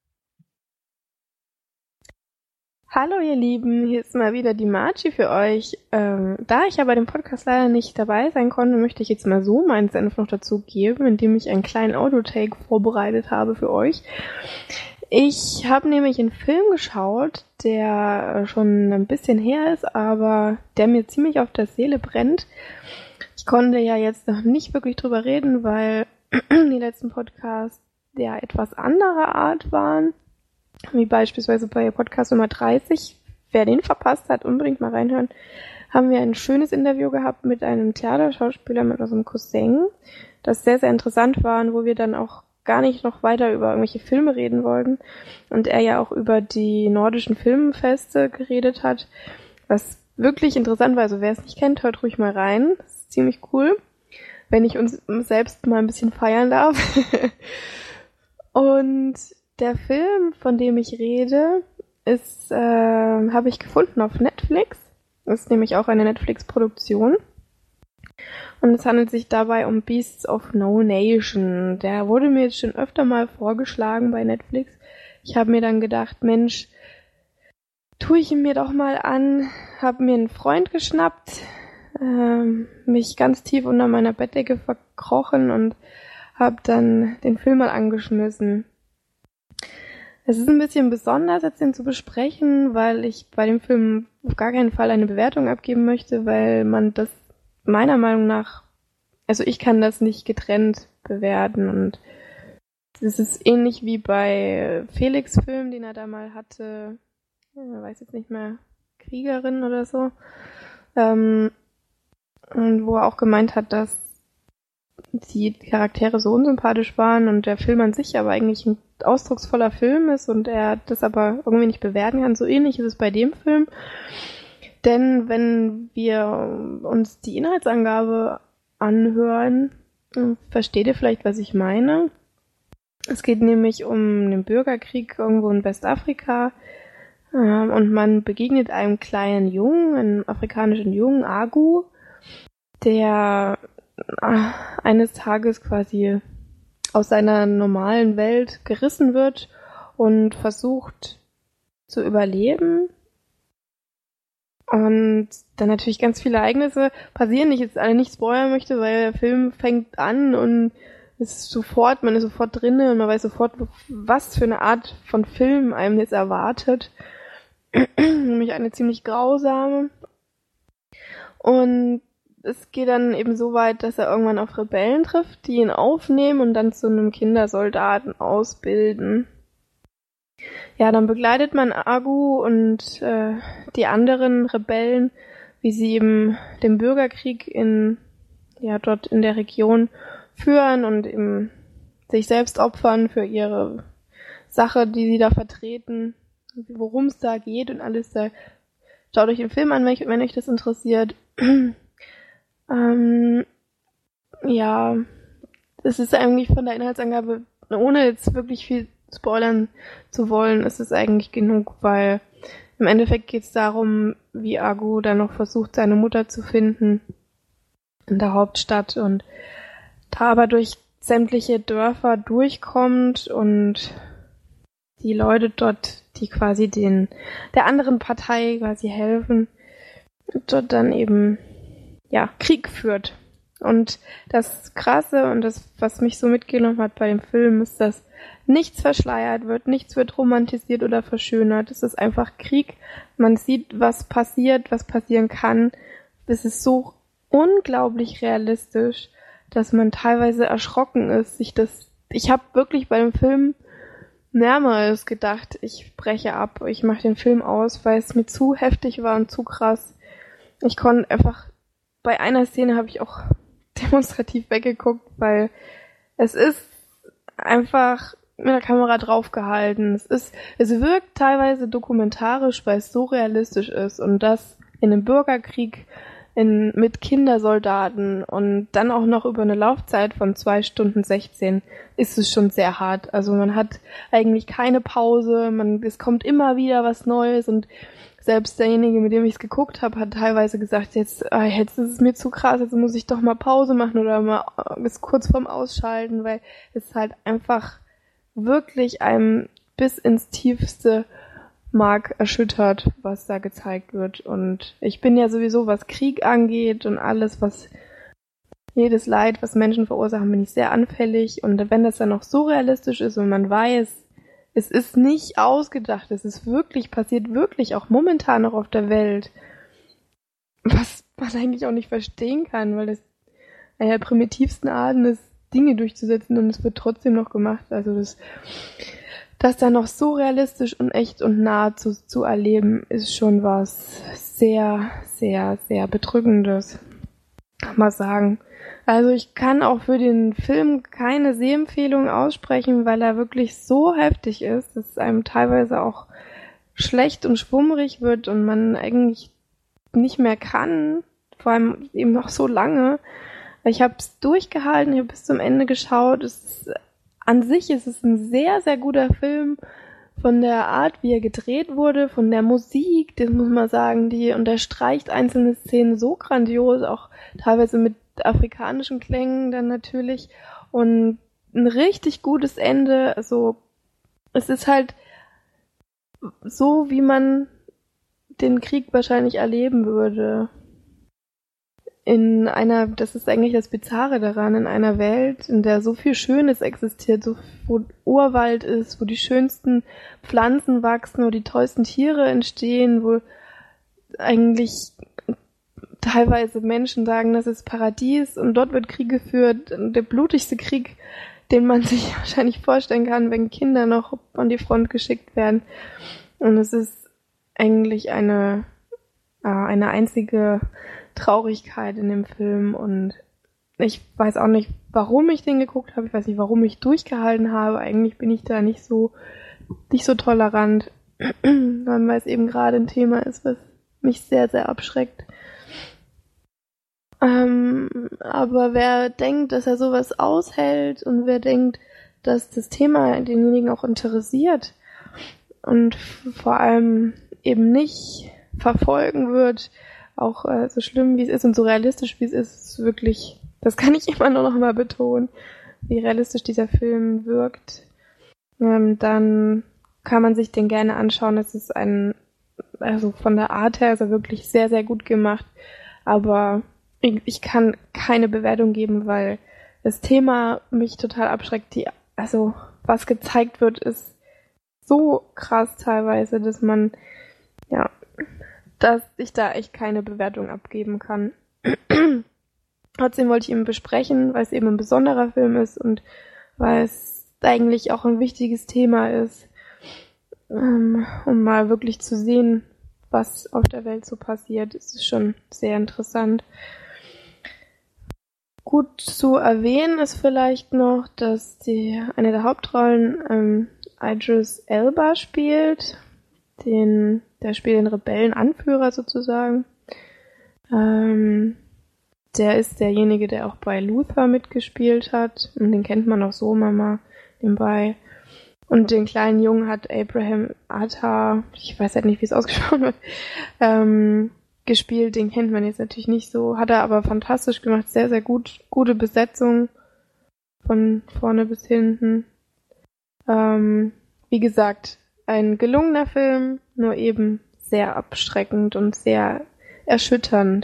Hallo ihr Lieben, hier ist mal wieder die Marci für euch. Ähm, da ich ja bei dem Podcast leider nicht dabei sein konnte, möchte ich jetzt mal so meinen Senf noch dazu geben, indem ich einen kleinen Audiotake vorbereitet habe für euch. Ich habe nämlich einen Film geschaut, der schon ein bisschen her ist, aber der mir ziemlich auf der Seele brennt. Ich konnte ja jetzt noch nicht wirklich drüber reden, weil die letzten Podcasts ja etwas anderer Art waren. Wie beispielsweise bei Podcast Nummer dreißig. Wer den verpasst hat, unbedingt mal reinhören. Haben wir ein schönes Interview gehabt mit einem Theaterschauspieler, mit unserem Cousin, das sehr, sehr interessant war und wo wir dann auch gar nicht noch weiter über irgendwelche Filme reden wollten. Und er ja auch über die nordischen Filmfeste geredet hat, was wirklich interessant war. Also wer es nicht kennt, hört ruhig mal rein. Das ist ziemlich cool, wenn ich uns selbst mal ein bisschen feiern darf. Und der Film, von dem ich rede, ist, äh, habe ich gefunden auf Netflix. Das ist nämlich auch eine Netflix-Produktion. Und es handelt sich dabei um Beasts of No Nation. Der wurde mir jetzt schon öfter mal vorgeschlagen bei Netflix. Ich habe mir dann gedacht, Mensch, tue ich ihn mir doch mal an. Habe mir einen Freund geschnappt, ähm, mich ganz tief unter meiner Bettdecke verkrochen und habe dann den Film mal angeschmissen. Es ist ein bisschen besonders, jetzt den zu besprechen, weil ich bei dem Film auf gar keinen Fall eine Bewertung abgeben möchte, weil man das meiner Meinung nach, also ich kann das nicht getrennt bewerten und es ist ähnlich wie bei Felix Film, den er da mal hatte, ich weiß jetzt nicht mehr, Kriegerin oder so, ähm, und wo er auch gemeint hat, dass die Charaktere so unsympathisch waren und der Film an sich aber eigentlich ein ausdrucksvoller Film ist und er das aber irgendwie nicht bewerten kann. So ähnlich ist es bei dem Film. Denn wenn wir uns die Inhaltsangabe anhören, versteht ihr vielleicht, was ich meine. Es geht nämlich um den Bürgerkrieg irgendwo in Westafrika und man begegnet einem kleinen Jungen, einem afrikanischen Jungen, Agu, der eines Tages quasi aus seiner normalen Welt gerissen wird und versucht zu überleben. Und dann natürlich ganz viele Ereignisse passieren, die ich jetzt alle nicht spoilern möchte, weil der Film fängt an und ist sofort, man ist sofort drinne und man weiß sofort, was für eine Art von Film einem jetzt erwartet. Nämlich eine ziemlich grausame. Und es geht dann eben so weit, dass er irgendwann auf Rebellen trifft, die ihn aufnehmen und dann zu einem Kindersoldaten ausbilden. Ja, dann begleitet man Agu und äh, die anderen Rebellen, wie sie eben den Bürgerkrieg in ja dort in der Region führen und eben sich selbst opfern für ihre Sache, die sie da vertreten, worum es da geht und alles da. Schaut euch den Film an, wenn, wenn euch das interessiert. Ähm, ja, es ist eigentlich von der Inhaltsangabe, ohne jetzt wirklich viel spoilern zu wollen, ist es eigentlich genug, weil im Endeffekt geht es darum, wie Agu dann noch versucht, seine Mutter zu finden in der Hauptstadt und da aber durch sämtliche Dörfer durchkommt und die Leute dort, die quasi den der anderen Partei quasi helfen, dort dann eben ja Krieg führt. Und das Krasse und das, was mich so mitgenommen hat bei dem Film, ist, dass nichts verschleiert wird, nichts wird romantisiert oder verschönert. Es ist einfach Krieg. Man sieht, was passiert, was passieren kann. Es ist so unglaublich realistisch, dass man teilweise erschrocken ist. Ich das, ich habe wirklich bei dem Film mehrmals gedacht, ich breche ab, ich mache den Film aus, weil es mir zu heftig war und zu krass. Ich konnte einfach, bei einer Szene habe ich auch demonstrativ weggeguckt, weil es ist einfach mit der Kamera draufgehalten. Es ist, es wirkt teilweise dokumentarisch, weil es so realistisch ist und das in einem Bürgerkrieg in, mit Kindersoldaten und dann auch noch über eine Laufzeit von zwei Stunden sechzehn ist es schon sehr hart. Also man hat eigentlich keine Pause, man, es kommt immer wieder was Neues und selbst derjenige, mit dem ich es geguckt habe, hat teilweise gesagt, jetzt, äh, jetzt ist es mir zu krass, jetzt muss ich doch mal Pause machen oder mal äh, bis kurz vorm Ausschalten, weil es halt einfach wirklich einem bis ins tiefste Mark erschüttert, was da gezeigt wird. Und ich bin ja sowieso, was Krieg angeht und alles, was jedes Leid, was Menschen verursachen, bin ich sehr anfällig. Und wenn das dann noch so realistisch ist und man weiß, es ist nicht ausgedacht, es ist wirklich, passiert wirklich auch momentan noch auf der Welt. Was man eigentlich auch nicht verstehen kann, weil das einer der primitivsten Arten ist, Dinge durchzusetzen und es wird trotzdem noch gemacht. Also das, das dann noch so realistisch und echt und nah zu, zu erleben, ist schon was sehr, sehr, sehr Bedrückendes. Kann man sagen. Also ich kann auch für den Film keine Sehempfehlung aussprechen, weil er wirklich so heftig ist, dass es einem teilweise auch schlecht und schwummrig wird und man eigentlich nicht mehr kann, vor allem eben noch so lange. Ich habe es durchgehalten, ich habe bis zum Ende geschaut. Es ist, an sich ist es ein sehr, sehr guter Film von der Art, wie er gedreht wurde, von der Musik, das muss man sagen, die unterstreicht einzelne Szenen so grandios, auch teilweise mit afrikanischen Klängen dann natürlich und ein richtig gutes Ende. Also es ist halt so, wie man den Krieg wahrscheinlich erleben würde. In einer, das ist eigentlich das Bizarre daran, in einer Welt, in der so viel Schönes existiert, so, wo Urwald ist, wo die schönsten Pflanzen wachsen, wo die tollsten Tiere entstehen, wo eigentlich teilweise Menschen sagen, das ist Paradies und dort wird Krieg geführt, der blutigste Krieg, den man sich wahrscheinlich vorstellen kann, wenn Kinder noch an die Front geschickt werden. Und es ist eigentlich eine, äh, eine einzige Traurigkeit in dem Film und ich weiß auch nicht, warum ich den geguckt habe, ich weiß nicht, warum ich durchgehalten habe, eigentlich bin ich da nicht so, nicht so tolerant, weil es eben gerade ein Thema ist, was mich sehr, sehr abschreckt. Ähm, aber wer denkt, dass er sowas aushält und wer denkt, dass das Thema denjenigen auch interessiert und vor allem eben nicht verfolgen wird, auch äh, so schlimm wie es ist und so realistisch wie es ist, ist wirklich, das kann ich immer nur noch mal betonen, wie realistisch dieser Film wirkt, ähm, dann kann man sich den gerne anschauen. Es ist ein, also von der Art her ist er wirklich sehr, sehr gut gemacht, aber ich, ich kann keine Bewertung geben, weil das Thema mich total abschreckt. Die, also was gezeigt wird, ist so krass teilweise, dass man, ja, dass ich da echt keine Bewertung abgeben kann. Trotzdem wollte ich ihn besprechen, weil es eben ein besonderer Film ist und weil es eigentlich auch ein wichtiges Thema ist, ähm, um mal wirklich zu sehen, was auf der Welt so passiert. Es ist schon sehr interessant. Gut zu erwähnen ist vielleicht noch, dass die eine der Hauptrollen ähm, Idris Elba spielt, den der spielt den Rebellenanführer sozusagen. Ähm, der ist derjenige, der auch bei Luther mitgespielt hat. Und den kennt man auch so immer mal nebenbei. Und den kleinen Jungen hat Abraham Atta, ich weiß halt nicht, wie es ausgesprochen wird, ähm, gespielt. Den kennt man jetzt natürlich nicht so, hat er aber fantastisch gemacht, sehr, sehr gut, gute Besetzung von vorne bis hinten. Ähm, wie gesagt, ein gelungener Film, nur eben sehr abschreckend und sehr erschütternd.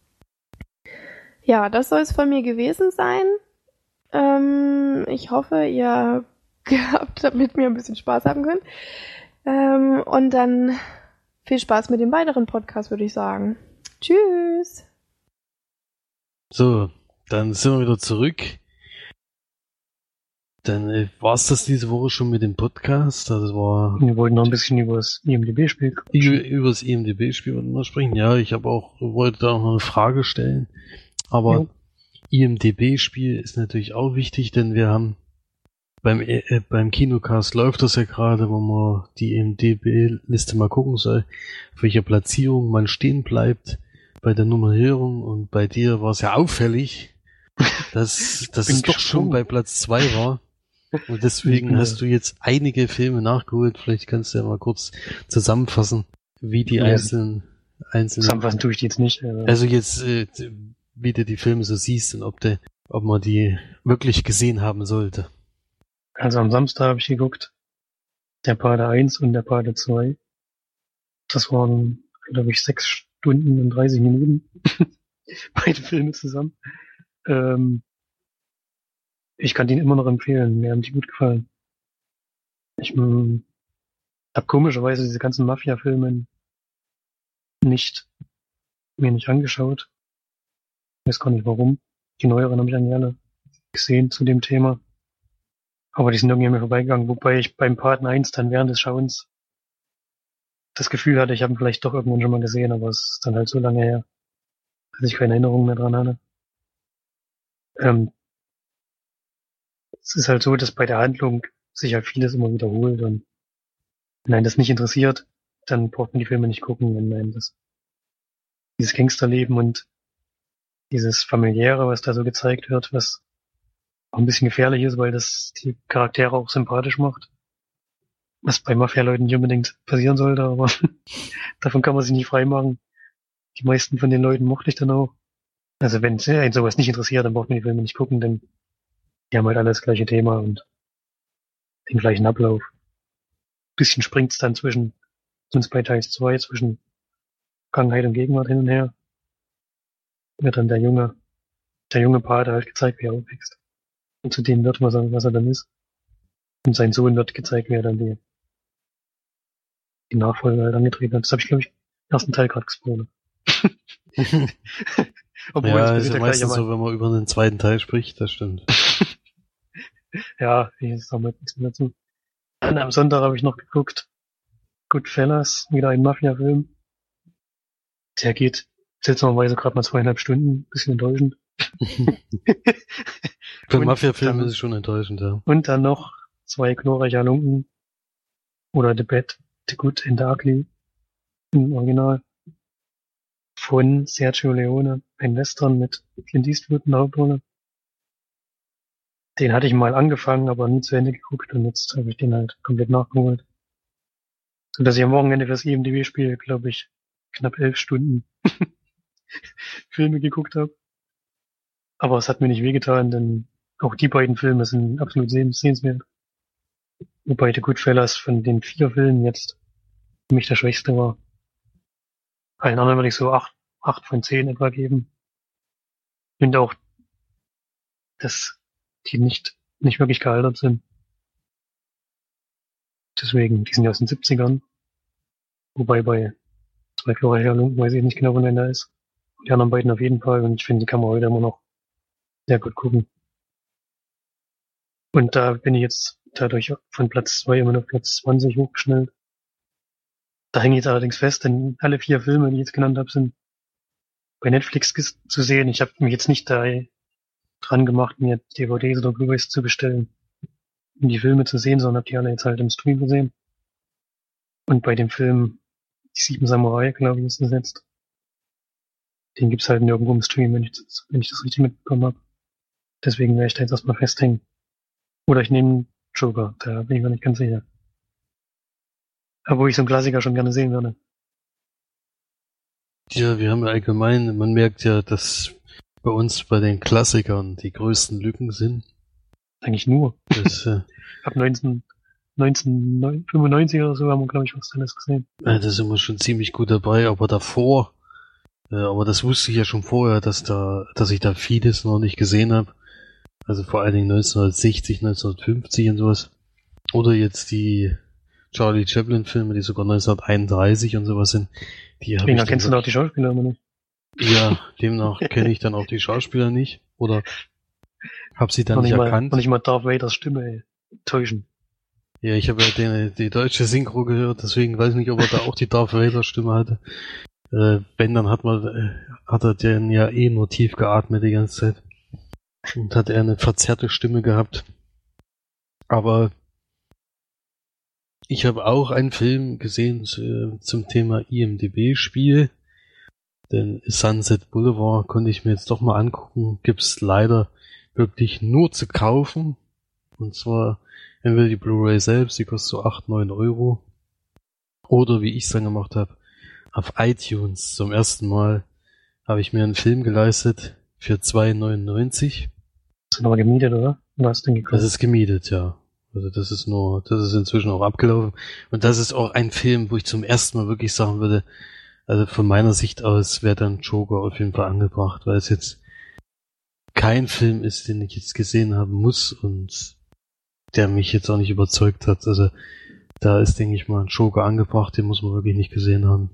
Ja, das soll es von mir gewesen sein. Ähm, ich hoffe, ihr gehabt habt, mit mir ein bisschen Spaß haben können. Ähm, und dann viel Spaß mit dem weiteren Podcast, würde ich sagen. Tschüss! So, dann sind wir wieder zurück. Dann äh, war es das diese Woche schon mit dem Podcast. Das war Wir wollten noch ein bisschen über das I M D B-Spiel über, über das I M D B-Spiel noch sprechen. Ja, ich habe auch wollte da auch noch eine Frage stellen. Aber ja. I M D B-Spiel ist natürlich auch wichtig, denn wir haben beim äh, beim Kinocast läuft das ja gerade, wo man die I M D B-Liste mal gucken soll, auf welcher Platzierung man stehen bleibt bei der Nummerierung. Und bei dir war es ja auffällig, dass, dass es doch schon bei Platz zwei war. Und deswegen hast du jetzt einige Filme nachgeholt. Vielleicht kannst du ja mal kurz zusammenfassen, wie die ja, einzelnen, einzelnen... Zusammenfassen tue ich die jetzt nicht. Aber also jetzt, äh, wie du die Filme so siehst und ob, der, ob man die wirklich gesehen haben sollte. Also am Samstag habe ich geguckt, der Pate eins und der Pate zwei. Das waren, glaube ich, sechs Stunden und dreißig Minuten. Beide Filme zusammen. Ähm, ich kann den immer noch empfehlen. Mir haben die gut gefallen. Ich m, habe komischerweise diese ganzen Mafia-Filme nicht, mir nicht angeschaut. Ich weiß gar nicht warum. Die neueren habe ich eigentlich alle gesehen zu dem Thema. Aber die sind irgendwie an mir vorbeigegangen, wobei ich beim Paten eins dann während des Schauens das Gefühl hatte, ich habe ihn vielleicht doch irgendwann schon mal gesehen, aber es ist dann halt so lange her, dass ich keine Erinnerung mehr dran hatte. Ähm, es ist halt so, dass bei der Handlung sich halt vieles immer wiederholt und wenn einen das nicht interessiert, dann braucht man die Filme nicht gucken, wenn einem das dieses Gangsterleben und dieses Familiäre, was da so gezeigt wird, was auch ein bisschen gefährlich ist, weil das die Charaktere auch sympathisch macht. Was bei Mafia-Leuten nicht unbedingt passieren sollte, aber davon kann man sich nicht freimachen. Die meisten von den Leuten mochte ich dann auch. Also wenn einen sowas nicht interessiert, dann braucht man die Filme nicht gucken, denn die haben halt alle das gleiche Thema und den gleichen Ablauf. Bisschen springt's dann zwischen uns bei Teil zwei, zwischen Vergangenheit und Gegenwart hin und her. Wird dann der junge, der junge Pate halt gezeigt, wie er aufwächst. Und zu dem wird, was er, was er dann ist. Und sein Sohn wird gezeigt, wie er dann die, die Nachfolge halt angetreten hat. Das habe ich, glaube ich, im ersten Teil gerade gesprochen. Obwohl, ja, ist ja meistens so, wenn man über den zweiten Teil spricht, das stimmt. Ja, ich sag mal nichts mehr dazu. Dann am Sonntag habe ich noch geguckt, Goodfellas, wieder ein Mafia-Film. Der geht seltsamerweise gerade mal zweieinhalb Stunden, bisschen enttäuschend. Für einen Mafia-Film ist es schon enttäuschend, ja. Und dann noch zwei glorreiche Halunken. Oder The Bad, The Good and the Ugly. Im Original. Von Sergio Leone. Ein Western mit Clint Eastwood in der Hauptrolle. Den hatte ich mal angefangen, aber nie zu Ende geguckt. Und jetzt habe ich den halt komplett nachgeholt. So dass ich am Wochenende fürs I M D B-Spiel, glaube ich, knapp elf Stunden Filme geguckt habe. Aber es hat mir nicht wehgetan, denn auch die beiden Filme sind absolut sehenswert. Wobei The Goodfellas von den vier Filmen jetzt für mich der schwächste war. Allen anderen würde ich so acht, acht von zehn etwa geben. Ich finde auch, dass die nicht, nicht wirklich gealtert sind. Deswegen, die sind ja aus den siebzigern. Wobei bei zwei glorreiche Halunken weiß ich nicht genau, wann der ist. Die anderen beiden auf jeden Fall. Und ich finde, die kann man heute immer noch sehr gut gucken. Und da bin ich jetzt dadurch von Platz zwei immer noch Platz zwanzig hochgeschnellt. Da hänge ich jetzt allerdings fest, denn alle vier Filme, die ich jetzt genannt habe, sind bei Netflix zu sehen. Ich habe mich jetzt nicht da dran gemacht, mir D V Ds oder Blu-rays zu bestellen, um die Filme zu sehen, sondern habe die alle jetzt halt im Stream gesehen. Und bei dem Film Die Sieben Samurai, glaube ich, ist das jetzt. Den gibt's halt nirgendwo im Stream, wenn ich das, wenn ich das richtig mitbekommen habe. Deswegen werde ich da jetzt erstmal festhängen. Oder ich nehme Joker, da bin ich mir nicht ganz sicher. Aber wo ich so einen Klassiker schon gerne sehen würde. Ja, wir haben ja allgemein, man merkt ja, dass bei uns bei den Klassikern die größten Lücken sind. Eigentlich nur. Das, äh, Ab neunzehn, neunzehnhundertfünfundneunzig oder so haben wir, glaube ich, was alles gesehen. Ja, da sind wir schon ziemlich gut dabei, aber davor, äh, aber das wusste ich ja schon vorher, dass da, dass ich da vieles noch nicht gesehen habe. Also vor allen Dingen neunzehnhundertsechzig, neunzehnhundertfünfzig und sowas. Oder jetzt die Charlie Chaplin-Filme, die sogar neunzehnhunderteinunddreißig und sowas sind. Die habe ich Deswegen kennst du auch die Schauspieler immer nicht. Ja, demnach kenne ich dann auch die Schauspieler nicht. Oder habe sie dann Und nicht nicht mal, erkannt. und nicht mal Darth Vaders Stimme, ey. Täuschen. Ja, ich habe ja den, die deutsche Synchro gehört, deswegen weiß ich nicht, ob er da auch die Darth Vader Stimme hatte. Äh, wenn, dann hat man, äh, hat er den ja eh nur tief geatmet die ganze Zeit. Und hat er eine verzerrte Stimme gehabt. Aber ich habe auch einen Film gesehen äh, zum Thema I M D B-Spiel. Den Sunset Boulevard konnte ich mir jetzt doch mal angucken. Gibt's leider wirklich nur zu kaufen. Und zwar entweder die Blu-ray selbst, die kostet so acht, neun Euro. Oder wie ich es dann gemacht habe, auf iTunes zum ersten Mal habe ich mir einen Film geleistet für zwei neunundneunzig. Hast du nochmal gemietet, oder? Oder hast du den gekauft? Das ist gemietet, ja. Also das ist nur, das ist inzwischen auch abgelaufen. Und das ist auch ein Film, wo ich zum ersten Mal wirklich sagen würde, also von meiner Sicht aus wäre dann Joker auf jeden Fall angebracht, weil es jetzt kein Film ist, den ich jetzt gesehen haben muss und der mich jetzt auch nicht überzeugt hat. Also da ist, denke ich mal, ein Joker angebracht, den muss man wirklich nicht gesehen haben.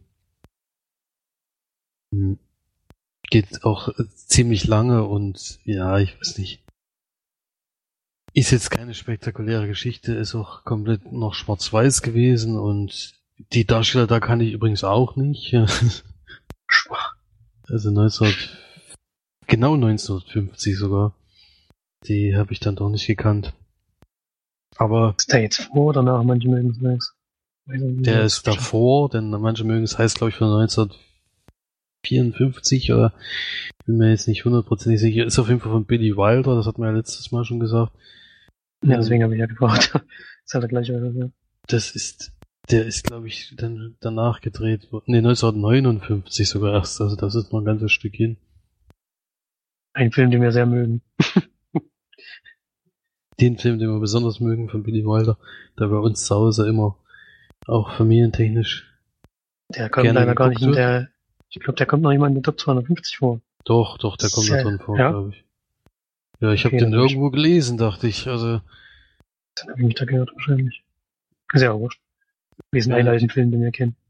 Hm. Geht auch ziemlich lange und ja, ich weiß nicht. Ist jetzt keine spektakuläre Geschichte, ist auch komplett noch schwarz-weiß gewesen und die Darsteller da kann ich übrigens auch nicht. Schwach. Also neunzehn, genau neunzehnhundertfünfzig sogar. Die habe ich dann doch nicht gekannt. Aber ist der jetzt vor oder nach? Manche mögen es weiß. Der ist davor, denn manche mögen es heißt, glaube ich, von neunzehnhundertvierundfünfzig oder bin mir jetzt nicht hundertprozentig sicher. Ist auf jeden Fall von Billy Wilder, das hat man ja letztes Mal schon gesagt. Ja, deswegen habe ich ja gefragt. Ist halt der gleiche. Ja. Das ist, der ist, glaube ich, dann danach gedreht worden. Ne, neunzehnhundertneunundfünfzig sogar erst. Also das ist noch ein ganzes Stück hin. Ein Film, den wir sehr mögen. Den Film, den wir besonders mögen von Billy Wilder, der bei uns zu Hause immer auch familientechnisch. Der kommt leider gar nicht in der, ich glaube, der kommt noch jemand in der Top zweihundertfünfzig vor. Doch, doch, der kommt da drin vor, ja? glaube ich. Ja, ich okay, habe den irgendwo ich... gelesen, dachte ich. Also. Dann habe ich mich da gehört, wahrscheinlich. Ist ja auch wurscht. Wir sind ja. Ein Film, den wir kennen.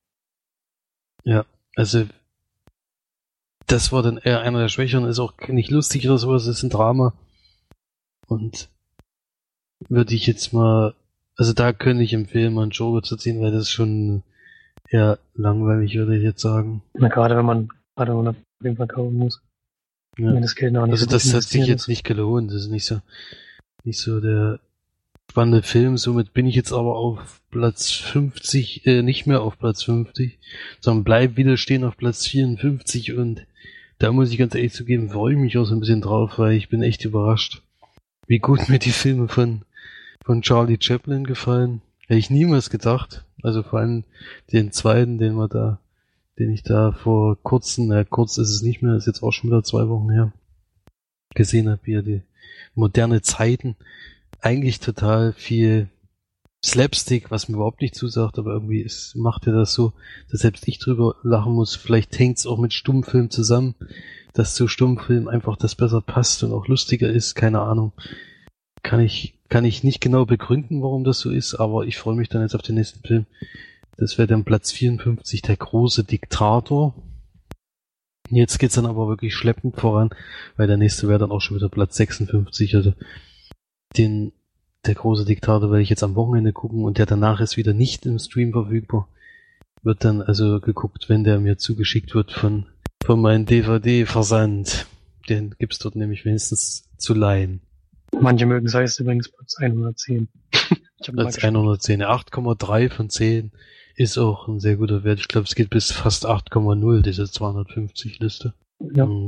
Ja, also das war dann eher einer der Schwächeren, ist auch nicht lustig oder sowas, ist ein Drama. Und würde ich jetzt mal, also da könnte ich empfehlen, mal einen Joker zu ziehen, weil das ist schon eher langweilig, würde ich jetzt sagen. Na, gerade wenn man, gerade wenn man auf jeden Fall kaufen muss. Ja. Wenn das Geld noch nicht also so das hat sich jetzt nicht gelohnt, das ist nicht so, nicht so der spannende Film, somit bin ich jetzt aber auf Platz fünfzig, äh, nicht mehr auf Platz fünfzig, sondern bleib wieder stehen auf Platz vierundfünfzig und da muss ich ganz ehrlich zugeben, freue ich mich auch so ein bisschen drauf, weil ich bin echt überrascht, wie gut mir die Filme von, von Charlie Chaplin gefallen. Hätte ich niemals gedacht, also vor allem den zweiten, den wir da, den ich da vor kurzem, na kurz ist es nicht mehr, ist jetzt auch schon wieder zwei Wochen her, gesehen habe, wie er die moderne Zeiten, eigentlich total viel Slapstick, was mir überhaupt nicht zusagt, aber irgendwie ist, macht er das so, dass selbst ich drüber lachen muss. Vielleicht hängt es auch mit Stummfilm zusammen, dass zu Stummfilm einfach das besser passt und auch lustiger ist, keine Ahnung. Kann ich, kann ich nicht genau begründen, warum das so ist, aber ich freue mich dann jetzt auf den nächsten Film. Das wäre dann Platz vierundfünfzig, der große Diktator. Jetzt geht's dann aber wirklich schleppend voran, weil der nächste wäre dann auch schon wieder Platz sechsundfünfzig, also den, der große Diktator werde ich jetzt am Wochenende gucken und der danach ist wieder nicht im Stream verfügbar. Wird dann also geguckt, wenn der mir zugeschickt wird von, von meinem D V D-Versand. Den gibt's dort nämlich wenigstens zu leihen. Manche mögen es heißt übrigens Platz hundertzehn. Platz hundertzehn, acht Komma drei von zehn ist auch ein sehr guter Wert. Ich glaube, es geht bis fast acht Komma null, diese zweihundertfünfzig Liste. Ja. Und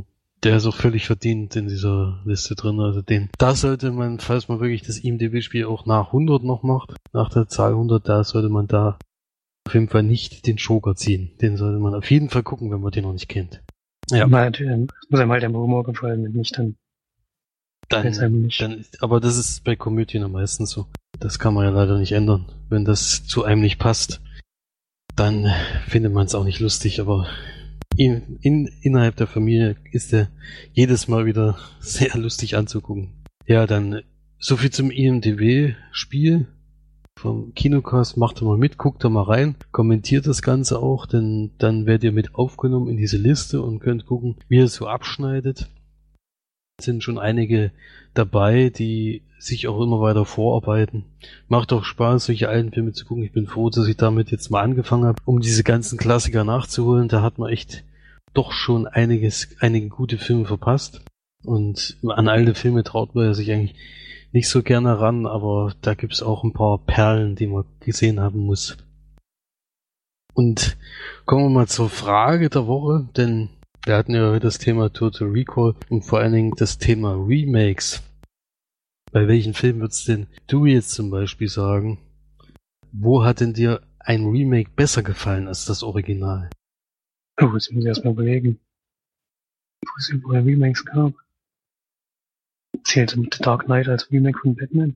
Der ist auch völlig verdient in dieser Liste drin. Also den, da sollte man, falls man wirklich das I M D B-Spiel auch nach hundert noch macht, nach der Zahl hundert, da sollte man da auf jeden Fall nicht den Joker ziehen. Den sollte man auf jeden Fall gucken, wenn man den noch nicht kennt. Ja. Mal, muss einem halt der Humor gefallen, wenn nicht, dann Dann, nicht. dann, aber das ist bei Komödien am meisten so. Das kann man ja leider nicht ändern. Wenn das zu einem nicht passt, dann findet man es auch nicht lustig, aber in, in, innerhalb der Familie ist er jedes Mal wieder sehr lustig anzugucken. Ja, dann so viel zum I M D B-Spiel vom Kinocast. Macht da mal mit, guckt da mal rein, kommentiert das Ganze auch, denn dann werdet ihr mit aufgenommen in diese Liste und könnt gucken, wie ihr so abschneidet. Es sind schon einige dabei, die sich auch immer weiter vorarbeiten. Macht auch Spaß, solche alten Filme zu gucken. Ich bin froh, dass ich damit jetzt mal angefangen habe, um diese ganzen Klassiker nachzuholen. Da hat man echt doch schon einiges, einige gute Filme verpasst. Und an alte Filme traut man sich eigentlich nicht so gerne ran, aber da gibt's auch ein paar Perlen, die man gesehen haben muss. Und kommen wir mal zur Frage der Woche, denn wir hatten ja heute das Thema Total Recall und vor allen Dingen das Thema Remakes. Bei welchen Filmen würdest denn du jetzt zum Beispiel sagen, wo hat denn dir ein Remake besser gefallen als das Original? Oh, jetzt muss ich erstmal überlegen, wo es überall Remakes gab. Zählt The Dark Knight als Remake von Batman?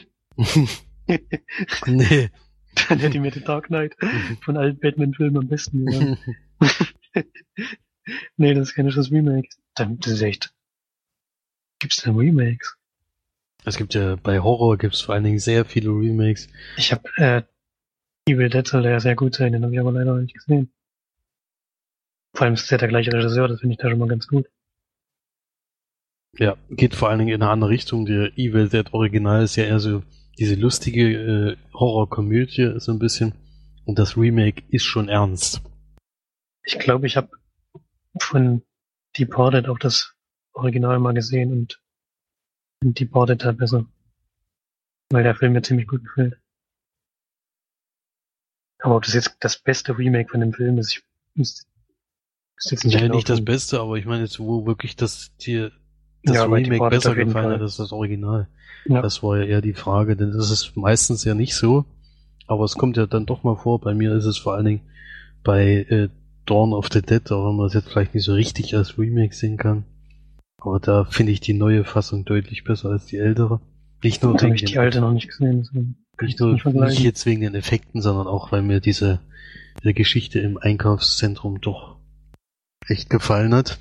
Nee. Dann hätte ich mir The Dark Knight von allen Batman-Filmen am besten gemacht. Nee, das ist kein das Remake. Das ist echt. Gibt's denn Remakes? Es gibt ja, bei Horror gibt's vor allen Dingen sehr viele Remakes. Ich hab, äh, Evil Dead soll ja sehr gut sein, den habe ich aber leider noch nicht gesehen. Vor allem ist es ja der gleiche Regisseur, das finde ich da schon mal ganz gut. Ja, geht vor allen Dingen in eine andere Richtung. Der Evil Dead Original ist ja eher so diese lustige äh, Horrorkomödie so ein bisschen. Und das Remake ist schon ernst. Ich glaube, ich habe von Departed auch das Original mal gesehen und Departed halt besser. Weil der Film mir ziemlich gut gefällt. Aber ob das jetzt das beste Remake von dem Film ist, ich müsste jetzt nicht Ja, nicht das Beste, aber ich meine jetzt, wo wirklich das dir das ja, Remake besser gefallen hat als das Original. Ja. Das war ja eher die Frage, denn das ist meistens ja nicht so. Aber es kommt ja dann doch mal vor. Bei mir ist es vor allen Dingen bei äh, Dawn of the Dead, auch wenn man es jetzt vielleicht nicht so richtig als Remake sehen kann. Aber da finde ich die neue Fassung deutlich besser als die ältere. Nicht nur wegen ich die alte noch nicht gesehen. Nicht nur nicht jetzt wegen den Effekten, sondern auch, weil mir diese, diese Geschichte im Einkaufszentrum doch echt gefallen hat.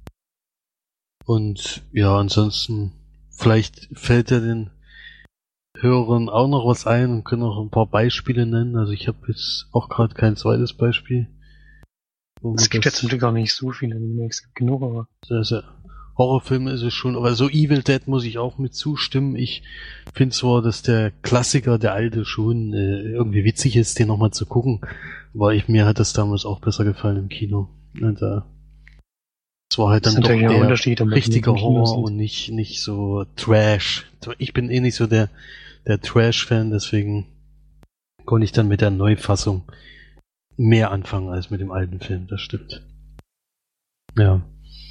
Und ja, ansonsten, vielleicht fällt ja den Hörern auch noch was ein und können auch ein paar Beispiele nennen. Also ich habe jetzt auch gerade kein zweites Beispiel. Es gibt jetzt zum Glück gar nicht so viele Remakes, es gibt genug, aber... Also Horrorfilme ist es schon, aber so Evil Dead muss ich auch mit zustimmen. Ich finde zwar, dass der Klassiker, der alte, schon äh, irgendwie witzig ist, den nochmal zu gucken, aber ich, mir hat das damals auch besser gefallen im Kino. Und, äh, es war halt dann doch eher richtiger Horror und nicht, nicht so Trash. Ich bin eh nicht so der, der Trash-Fan, deswegen konnte ich dann mit der Neufassung mehr anfangen als mit dem alten Film, das stimmt. Ja.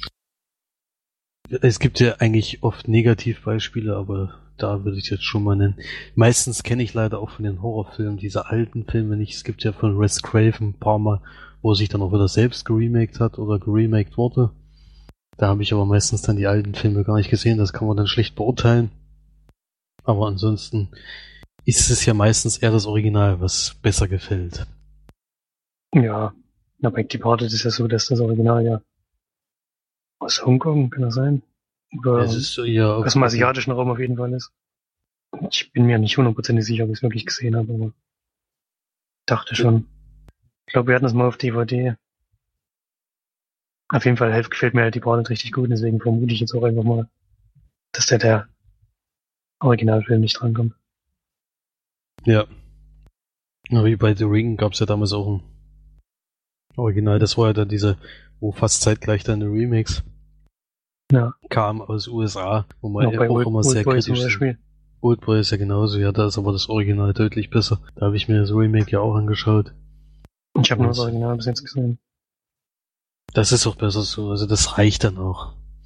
Es gibt ja eigentlich oft Negativbeispiele, aber da würde ich jetzt schon mal nennen. Meistens kenne ich leider auch von den Horrorfilmen diese alten Filme nicht. Es gibt ja von Wes Craven ein paar Mal, wo er sich dann auch wieder selbst geremaked hat oder geremaked wurde. Da habe ich aber meistens dann die alten Filme gar nicht gesehen, das kann man dann schlecht beurteilen. Aber ansonsten ist es ja meistens eher das Original, was besser gefällt. Ja, na, bei Departed ist ja so, dass das Original ja aus Hongkong, kann das sein? Oder es ist so, ja, aus dem asiatischen Raum auf jeden Fall ist. Ich bin mir nicht hundertprozentig sicher, ob ich es wirklich gesehen habe, aber dachte schon. Ich glaube, wir hatten es mal auf D V D. Auf jeden Fall gefällt mir halt Departed richtig gut, deswegen vermute ich jetzt auch einfach mal, dass der, der Originalfilm nicht drankommt. Ja. Ja, wie bei The Ring gab es ja damals auch ein Original, das war ja dann diese, wo fast zeitgleich dann eine Remakes ja. kam aus U S A, wo man ja, auch Old, immer Old sehr Boy kritisch ist. Oldboy ist ja genauso, ja, da ist aber das Original deutlich besser. Da habe ich mir das Remake ja auch angeschaut. Ich habe nur das Original bis jetzt gesehen. Das ist auch besser so, also das reicht dann auch.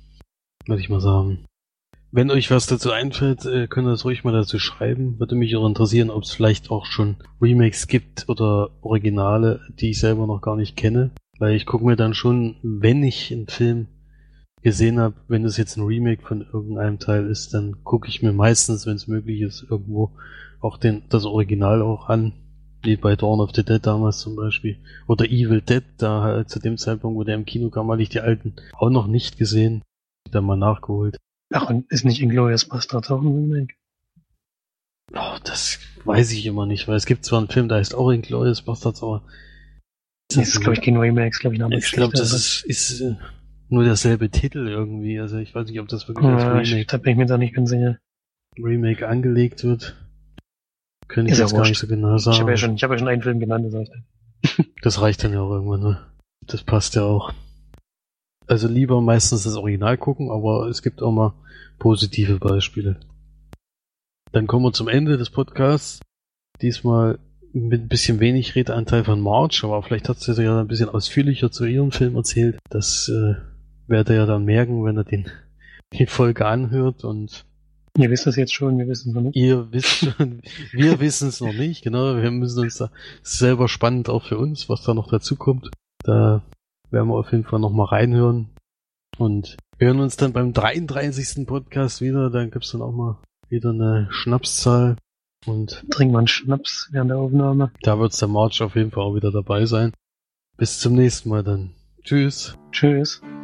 würde ich mal sagen. Wenn euch was dazu einfällt, könnt ihr das ruhig mal dazu schreiben. Würde mich auch interessieren, ob es vielleicht auch schon Remakes gibt oder Originale, die ich selber noch gar nicht kenne. Weil ich gucke mir dann schon, wenn ich einen Film gesehen habe, wenn es jetzt ein Remake von irgendeinem Teil ist, dann gucke ich mir meistens, wenn es möglich ist, irgendwo auch den, das Original auch an. Wie bei Dawn of the Dead damals zum Beispiel. Oder Evil Dead, da halt zu dem Zeitpunkt, wo der im Kino kam, hatte ich die alten auch noch nicht gesehen. Dann mal nachgeholt. Ach, und ist nicht Inglourious Basterds auch ein Remake? Oh, das weiß ich immer nicht, weil es gibt zwar einen Film, der heißt auch Inglourious Basterds, aber das ist, glaube ich, kein Remake, ist, glaube ich, Ich glaube, das ist, ist äh, nur derselbe Titel irgendwie, also ich weiß nicht, ob das wirklich ja, als Remake, da bin ich mir da nicht ganz sicher. Remake angelegt wird. Könnte ich Ist ja jetzt gar wurscht. nicht so genau sagen. Ich habe ja schon, ich habe ja schon einen Film genannt, das heißt. Das reicht dann ja auch irgendwann, ne? Das passt ja auch. Also lieber meistens das Original gucken, aber es gibt auch mal positive Beispiele. Dann kommen wir zum Ende des Podcasts. Diesmal mit ein bisschen wenig Redeanteil von Marge, aber vielleicht hat sie ja ein bisschen ausführlicher zu ihrem Film erzählt. Das äh, werdet ihr ja dann merken, wenn ihr den, die Folge anhört und Ihr wisst das jetzt schon, wir wissen es noch nicht. ihr wisst schon, wir wissen es noch nicht, genau, wir müssen uns da, das ist selber spannend auch für uns, was da noch dazu kommt. Da werden wir auf jeden Fall nochmal reinhören und hören uns dann beim dreiunddreißigsten Podcast wieder, dann gibt's dann auch mal wieder eine Schnapszahl und Trinken wir einen Schnaps während der Aufnahme. da wird's der March auf jeden Fall auch wieder dabei sein. Bis zum nächsten Mal dann. Tschüss. Tschüss.